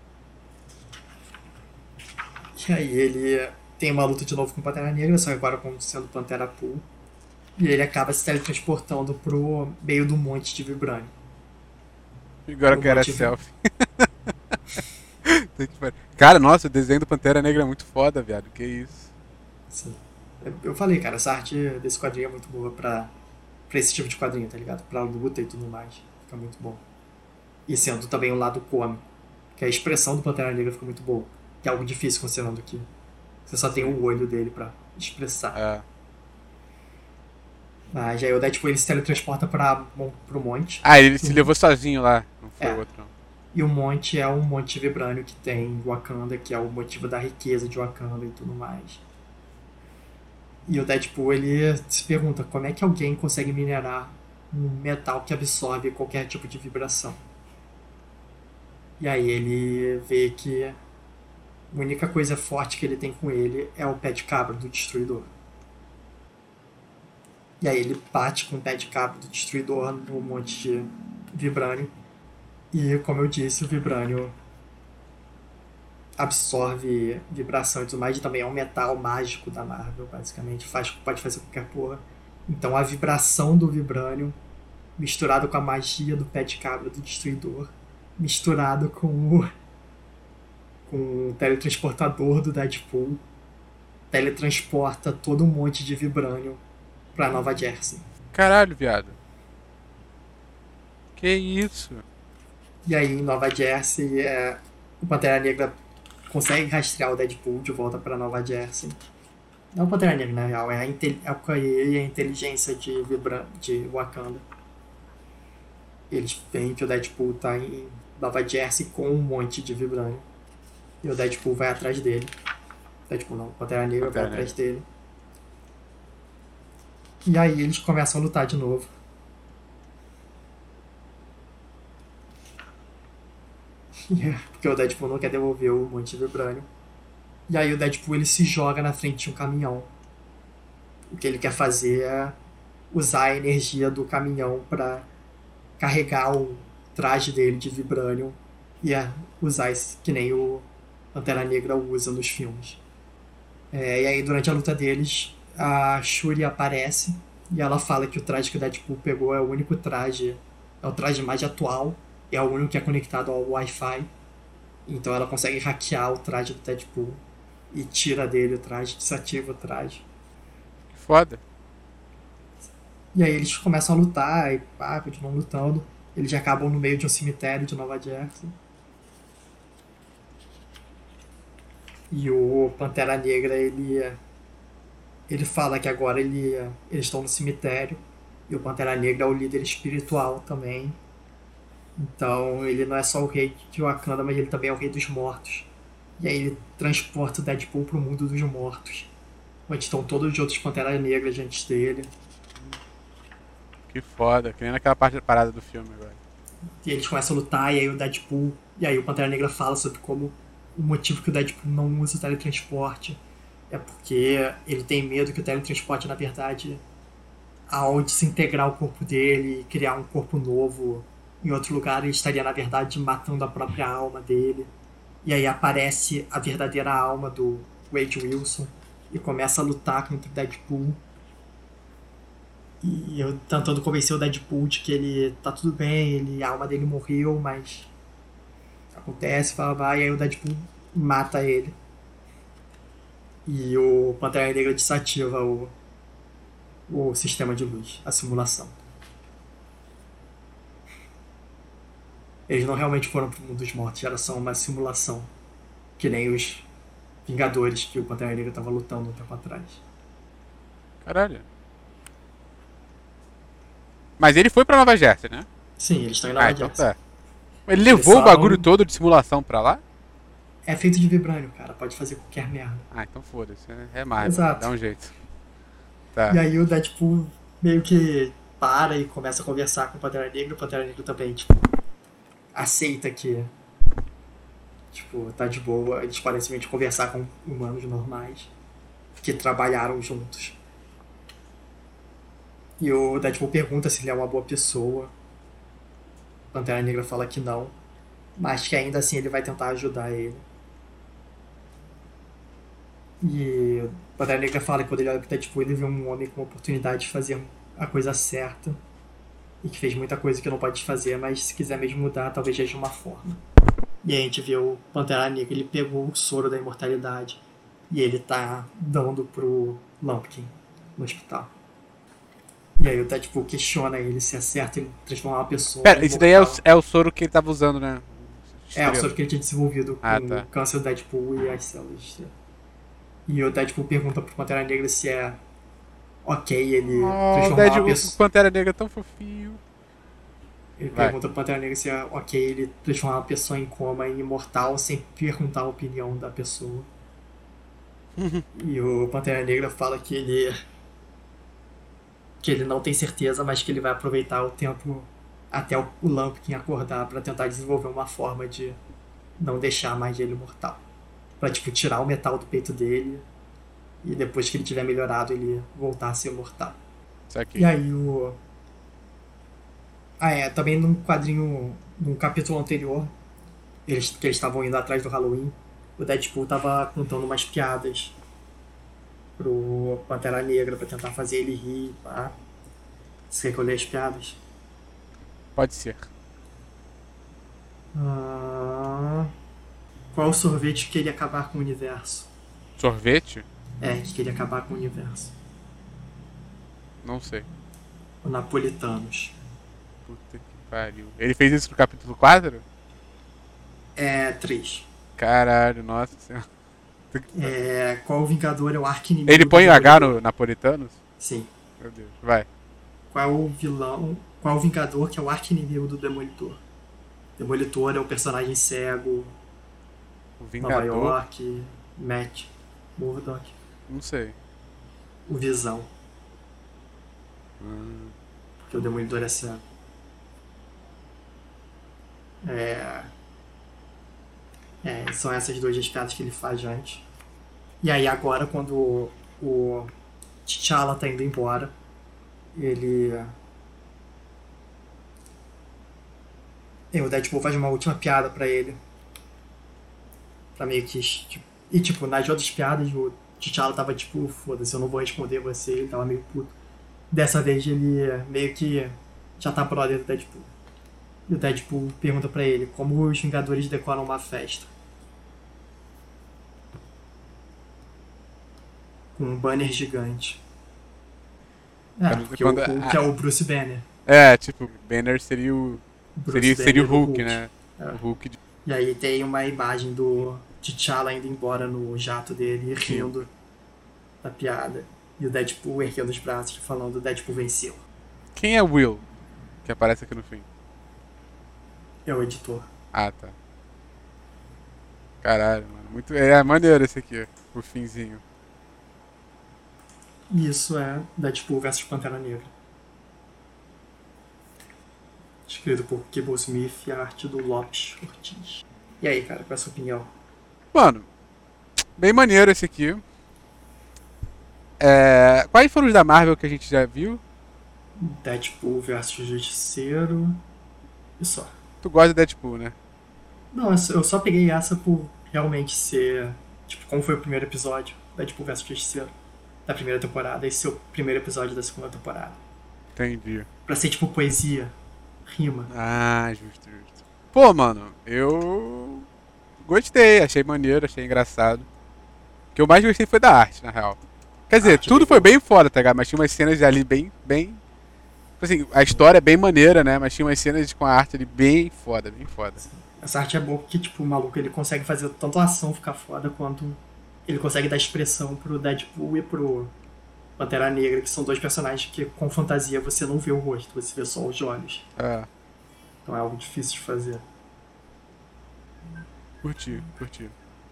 E aí ele tem uma luta de novo com o Pantera Negra, só que agora como sendo Pantera Pool. E ele acaba se teletransportando pro meio do monte de Vibranium. Agora eu No quero é motivo. selfie. Tem que parar. Cara, nossa, o desenho do Pantera Negra é muito foda, viado. Que isso. Assim, eu falei, cara, essa arte desse quadrinho é muito boa pra, pra esse tipo de quadrinho, tá ligado? Pra luta e tudo mais. Fica muito bom. E sendo também o lado cômico, que a expressão do Pantera Negra fica muito boa. Que é algo difícil considerando que você só tem o olho dele pra expressar. É. Mas aí o Deadpool ele se teletransporta pra, pro monte. Ah, ele se Uhum. levou sozinho lá. Não foi É. o outro, não. E o monte é um monte vibrânio que tem em Wakanda, que é o motivo da riqueza de Wakanda e tudo mais. E o Deadpool ele se pergunta como é que alguém consegue minerar um metal que absorve qualquer tipo de vibração. E aí ele vê que a única coisa forte que ele tem com ele é o pé de cabra do Destruidor. E aí ele bate com o pé de cabra do Destruidor no monte de vibrânio. E, como eu disse, o vibrânio absorve vibração e tudo mais, e também é um metal mágico da Marvel, basicamente. Faz, pode fazer qualquer porra. Então a vibração do vibrânio, misturado com a magia do pé de cabra do Destruidor, misturado com o, com o teletransportador do Deadpool, teletransporta todo um monte de vibrânio pra Nova Jersey. Caralho, viado. Que isso? E aí, em Nova Jersey, é, o Pantera Negra consegue rastrear o Deadpool de volta pra Nova Jersey. Não o Pantera Negra, na real, é a, inte- é o K I e a inteligência de, Vibra- de Wakanda. Eles veem que o Deadpool tá em Nova Jersey com um monte de vibrânio. E o Deadpool vai atrás dele. Deadpool não, o Pantera Negra Pantera vai atrás dele. E aí eles começam a lutar de novo. Porque o Deadpool não quer devolver o monte de vibrânio. E aí o Deadpool ele se joga na frente de um caminhão. O que ele quer fazer é usar a energia do caminhão para carregar o traje dele de vibrânio e é usar esse, que nem o Pantera Negra usa nos filmes. É, e aí durante a luta deles, a Shuri aparece e ela fala que o traje que o Deadpool pegou é o único traje, é o traje mais atual, é o único que é conectado ao Wi-Fi. Então ela consegue hackear o traje do Deadpool e tira dele o traje, desativa o traje. Que foda. E aí eles começam a lutar e pá, continuam lutando. Eles acabam no meio de um cemitério de Nova Jersey. E o Pantera Negra, ele ele fala que agora ele, eles estão no cemitério. E o Pantera Negra é o líder espiritual também. Então ele não é só o rei de Wakanda, mas ele também é o rei dos mortos. E aí ele transporta o Deadpool pro mundo dos mortos, onde estão todos os outros Panteras Negras antes dele. Que foda. Que nem naquela parte da parada do filme agora. E eles começam a lutar, e aí o Deadpool... E aí o Pantera Negra fala sobre como o motivo que o Deadpool não usa o teletransporte é porque ele tem medo que o teletransporte, na verdade, ao desintegrar o corpo dele e criar um corpo novo em outro lugar, ele estaria, na verdade, matando a própria alma dele. E aí aparece a verdadeira alma do Wade Wilson e começa a lutar contra o Deadpool. E eu tentando convencer o Deadpool de que ele tá tudo bem, ele, a alma dele morreu, mas acontece, fala, vai, e aí o Deadpool mata ele. E o Pantera Negra desativa o, o sistema de luz, a simulação. Eles não realmente foram pro mundo dos mortos, era só uma simulação. Que nem os Vingadores que o Pantera Negra tava lutando um tempo atrás. Caralho. Mas ele foi pra Nova Jersey, né? Sim, eles estão em Nova Ah, então Jersey. tá. Ele levou Eles o bagulho só- todo de simulação pra lá? É feito de vibrânio, cara. Pode fazer qualquer merda. Ah, então foda-se. É Marvel, Exato. dá um jeito. Tá. E aí o Deadpool meio que para e começa a conversar com o Pantera Negra. O Pantera Negra também, tipo, aceita que, tipo, tá de boa. Eles podem simplesmente conversar com humanos normais que trabalharam juntos. E o Deadpool pergunta se ele é uma boa pessoa. O Pantera Negra fala que não, mas que ainda assim ele vai tentar ajudar ele. E o Pantera Negra fala que quando ele olha pro Deadpool, ele vê um homem com a oportunidade de fazer a coisa certa. E que fez muita coisa que não pode fazer, mas se quiser mesmo mudar, talvez seja uma forma. E aí a gente vê o Pantera Negra, ele pegou o soro da imortalidade. E ele tá dando pro Lumpkin no hospital. E aí o Deadpool questiona ele se é certo ele transformar uma pessoa. Pera, em esse daí é o, imortal. é o soro que ele tava usando, né? É, o soro que ele tinha desenvolvido com Ah, tá. o câncer do Deadpool e as células. estrela. E o Deadpool pergunta pro Pantera Negra se é ok ele Oh, o transformar uma Deadpool, o pessoa. Pantera Negra é tão fofinho. Ele Vai. pergunta pro Pantera Negra se é ok ele transformar uma pessoa em coma em imortal sem perguntar a opinião da pessoa. E o Pantera Negra fala que ele. que ele não tem certeza, mas que ele vai aproveitar o tempo até o o Lumpkin acordar pra tentar desenvolver uma forma de não deixar mais ele mortal. Pra, tipo, tirar o metal do peito dele e depois que ele tiver melhorado, ele voltar a ser mortal. Isso aqui. E aí o... Ah, é, também num quadrinho, num capítulo anterior, eles, que eles estavam indo atrás do Halloween, o Deadpool tava contando umas piadas pro Pantera Negra pra tentar fazer ele rir, pá. Você quer que eu leia as piadas? Pode ser. Ah, qual o sorvete que queria acabar com o universo? Sorvete? É, que queria acabar com o universo. Não sei. O Napolitanos. Puta que pariu. Ele fez isso no capítulo quatro? É, três. Caralho, nossa senhora. É, qual o Vingador é o arqui-inimigo Ele do põe o H Demolidor? no Napolitanos? Sim. Meu Deus. Vai. Qual o vilão, qual o Vingador que é o arqui-inimigo do Demolidor? Demolidor é o personagem cego, O Nova Vingador? York, Matt, Murdock, Não sei. o Visão, Hum. porque o Demolidor é cego. É... é, são essas duas as piadas que ele faz antes. E aí agora, quando o, o T'Challa tá indo embora, ele... E o Deadpool faz uma última piada pra ele. Pra meio que... Tipo... E tipo, nas outras piadas, o T'Challa tava tipo, foda-se, eu não vou responder você, ele tava meio puto. Dessa vez ele meio que já tá brother do Deadpool. E o Deadpool pergunta pra ele como os Vingadores decoram uma festa. Com um banner gigante. É, Quando- porque quando- o Hulk ah. é o Bruce Banner. É, tipo, Banner seria o. O Bruce Seria, seria o Banner do Hulk, né? É. O Hulk de. E aí tem uma imagem do T'Challa indo embora no jato dele, rindo da piada. E o Deadpool erguendo os braços, falando: o Deadpool venceu. Quem é o Will? Que aparece aqui no fim. É o editor. Ah, tá. Caralho, mano. Muito... É maneiro esse aqui, o finzinho. E isso é Deadpool versus Pantera Negra. Escrito por Cable Smith e a arte do Lopes Ortiz. E aí, cara, qual é a sua opinião? Mano, bem maneiro esse aqui. É... Quais foram os da Marvel que a gente já viu? Deadpool versus Justiceiro. E só. Tu gosta de Deadpool, né? Não, eu só- eu só peguei essa por realmente ser. Tipo, como foi o primeiro episódio, Deadpool versus Justiceiro, da primeira temporada, esse é o primeiro episódio da segunda temporada. Entendi. Pra ser tipo poesia, rima. Ah, justo, justo. Pô, mano, eu gostei, achei maneiro, achei engraçado. O que eu mais gostei foi da arte, na real. Quer dizer, Arte tudo bem foi boa. bem foda, tá ligado? Mas tinha umas cenas ali bem, bem... Tipo assim, a história é bem maneira, né? Mas tinha umas cenas com a arte ali bem foda, bem foda. Essa arte é boa porque, tipo, o maluco ele consegue fazer tanto a ação ficar foda quanto ele consegue dar expressão pro Deadpool e pro Pantera Negra, que são dois personagens que com fantasia você não vê o rosto, você vê só os olhos. É, Então é algo difícil de fazer. curti, curti.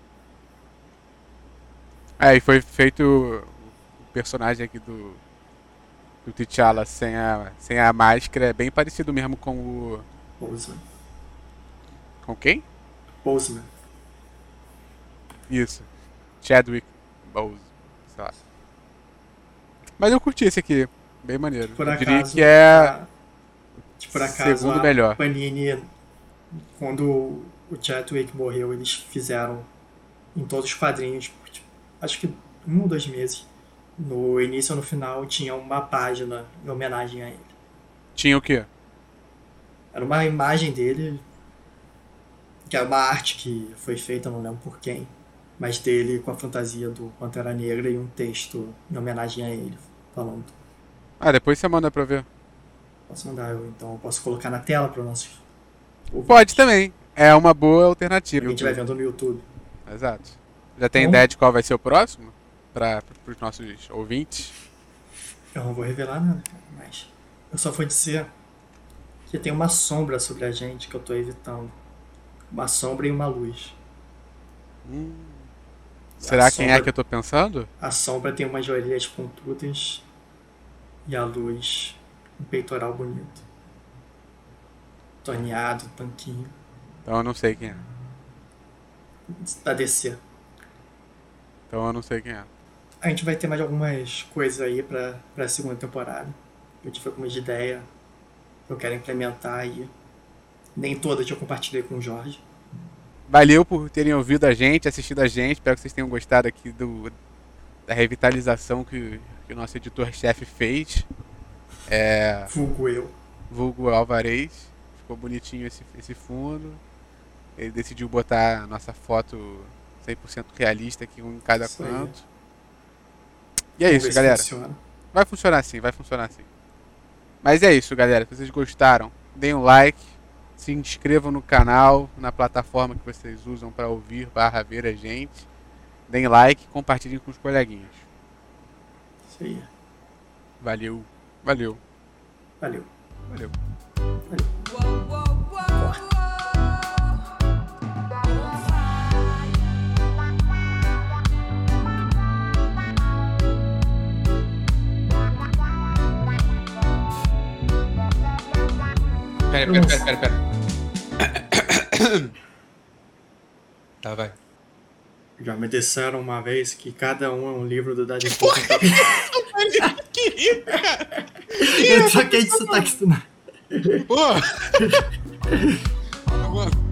É, e foi feito o personagem aqui do, do T'Challa sem a, sem a máscara, é bem parecido mesmo com o... Boseman. Com quem? Boseman. Isso. Chadwick Boseman, sei lá. Mas eu curti esse aqui, bem maneiro. Por Eu diria acaso, que é a- que por acaso segundo a melhor. Panini, quando o Chadwick morreu, eles fizeram em todos os quadrinhos, tipo, acho que um ou dois meses, no início ou no final, tinha uma página em homenagem a ele. Tinha o quê? Era uma imagem dele, que é uma arte que foi feita, não lembro por quem, mas dele com a fantasia do Pantera Negra e um texto em homenagem a ele, falando. Ah, depois você manda pra eu ver. Posso mandar eu, então eu posso colocar na tela para o nosso ouvinte. Pode também. É uma boa alternativa. Quem estiver vendo no YouTube. Exato. Já tem Então- ideia de qual vai ser o próximo? Para os nossos ouvintes? Eu não vou revelar nada, cara, mas eu só vou dizer que tem uma sombra sobre a gente que eu tô evitando. Uma sombra e uma luz. Hum. Será A quem é sombra- que eu tô pensando? A sombra tem umas orelhas pontudas e a luz um peitoral bonito. Torneado, tanquinho. Então eu não sei quem é. Da D C. Então eu não sei quem é. A gente vai ter mais algumas coisas aí pra, pra segunda temporada. Eu tive algumas ideias que eu quero implementar aí. Nem todas eu compartilhei com o Jorge. Valeu por terem ouvido a gente, assistido a gente. Espero que vocês tenham gostado aqui do, da revitalização que, que o nosso editor-chefe fez. É, Vulgo eu. vulgo Alvarez. Ficou bonitinho esse, esse fundo. Ele decidiu botar a nossa foto cem por cento realista aqui, um em cada Isso aí. canto. E é Vamos isso, ver se galera. funciona. Vai funcionar assim, vai funcionar assim. Mas é isso, galera. Se vocês gostaram, deem um like, se inscrevam no canal, na plataforma que vocês usam para ouvir barra ver a gente. Deem like, compartilhem com os coleguinhas. Isso aí. Valeu, valeu, Valeu. valeu. Corta. Pera, pera, pera, pera, pera. Tá, vai. Já me disseram uma vez que cada um é um livro do Deadpool. Que rico, cara! Eu troquei de sotaque do nada. Pô!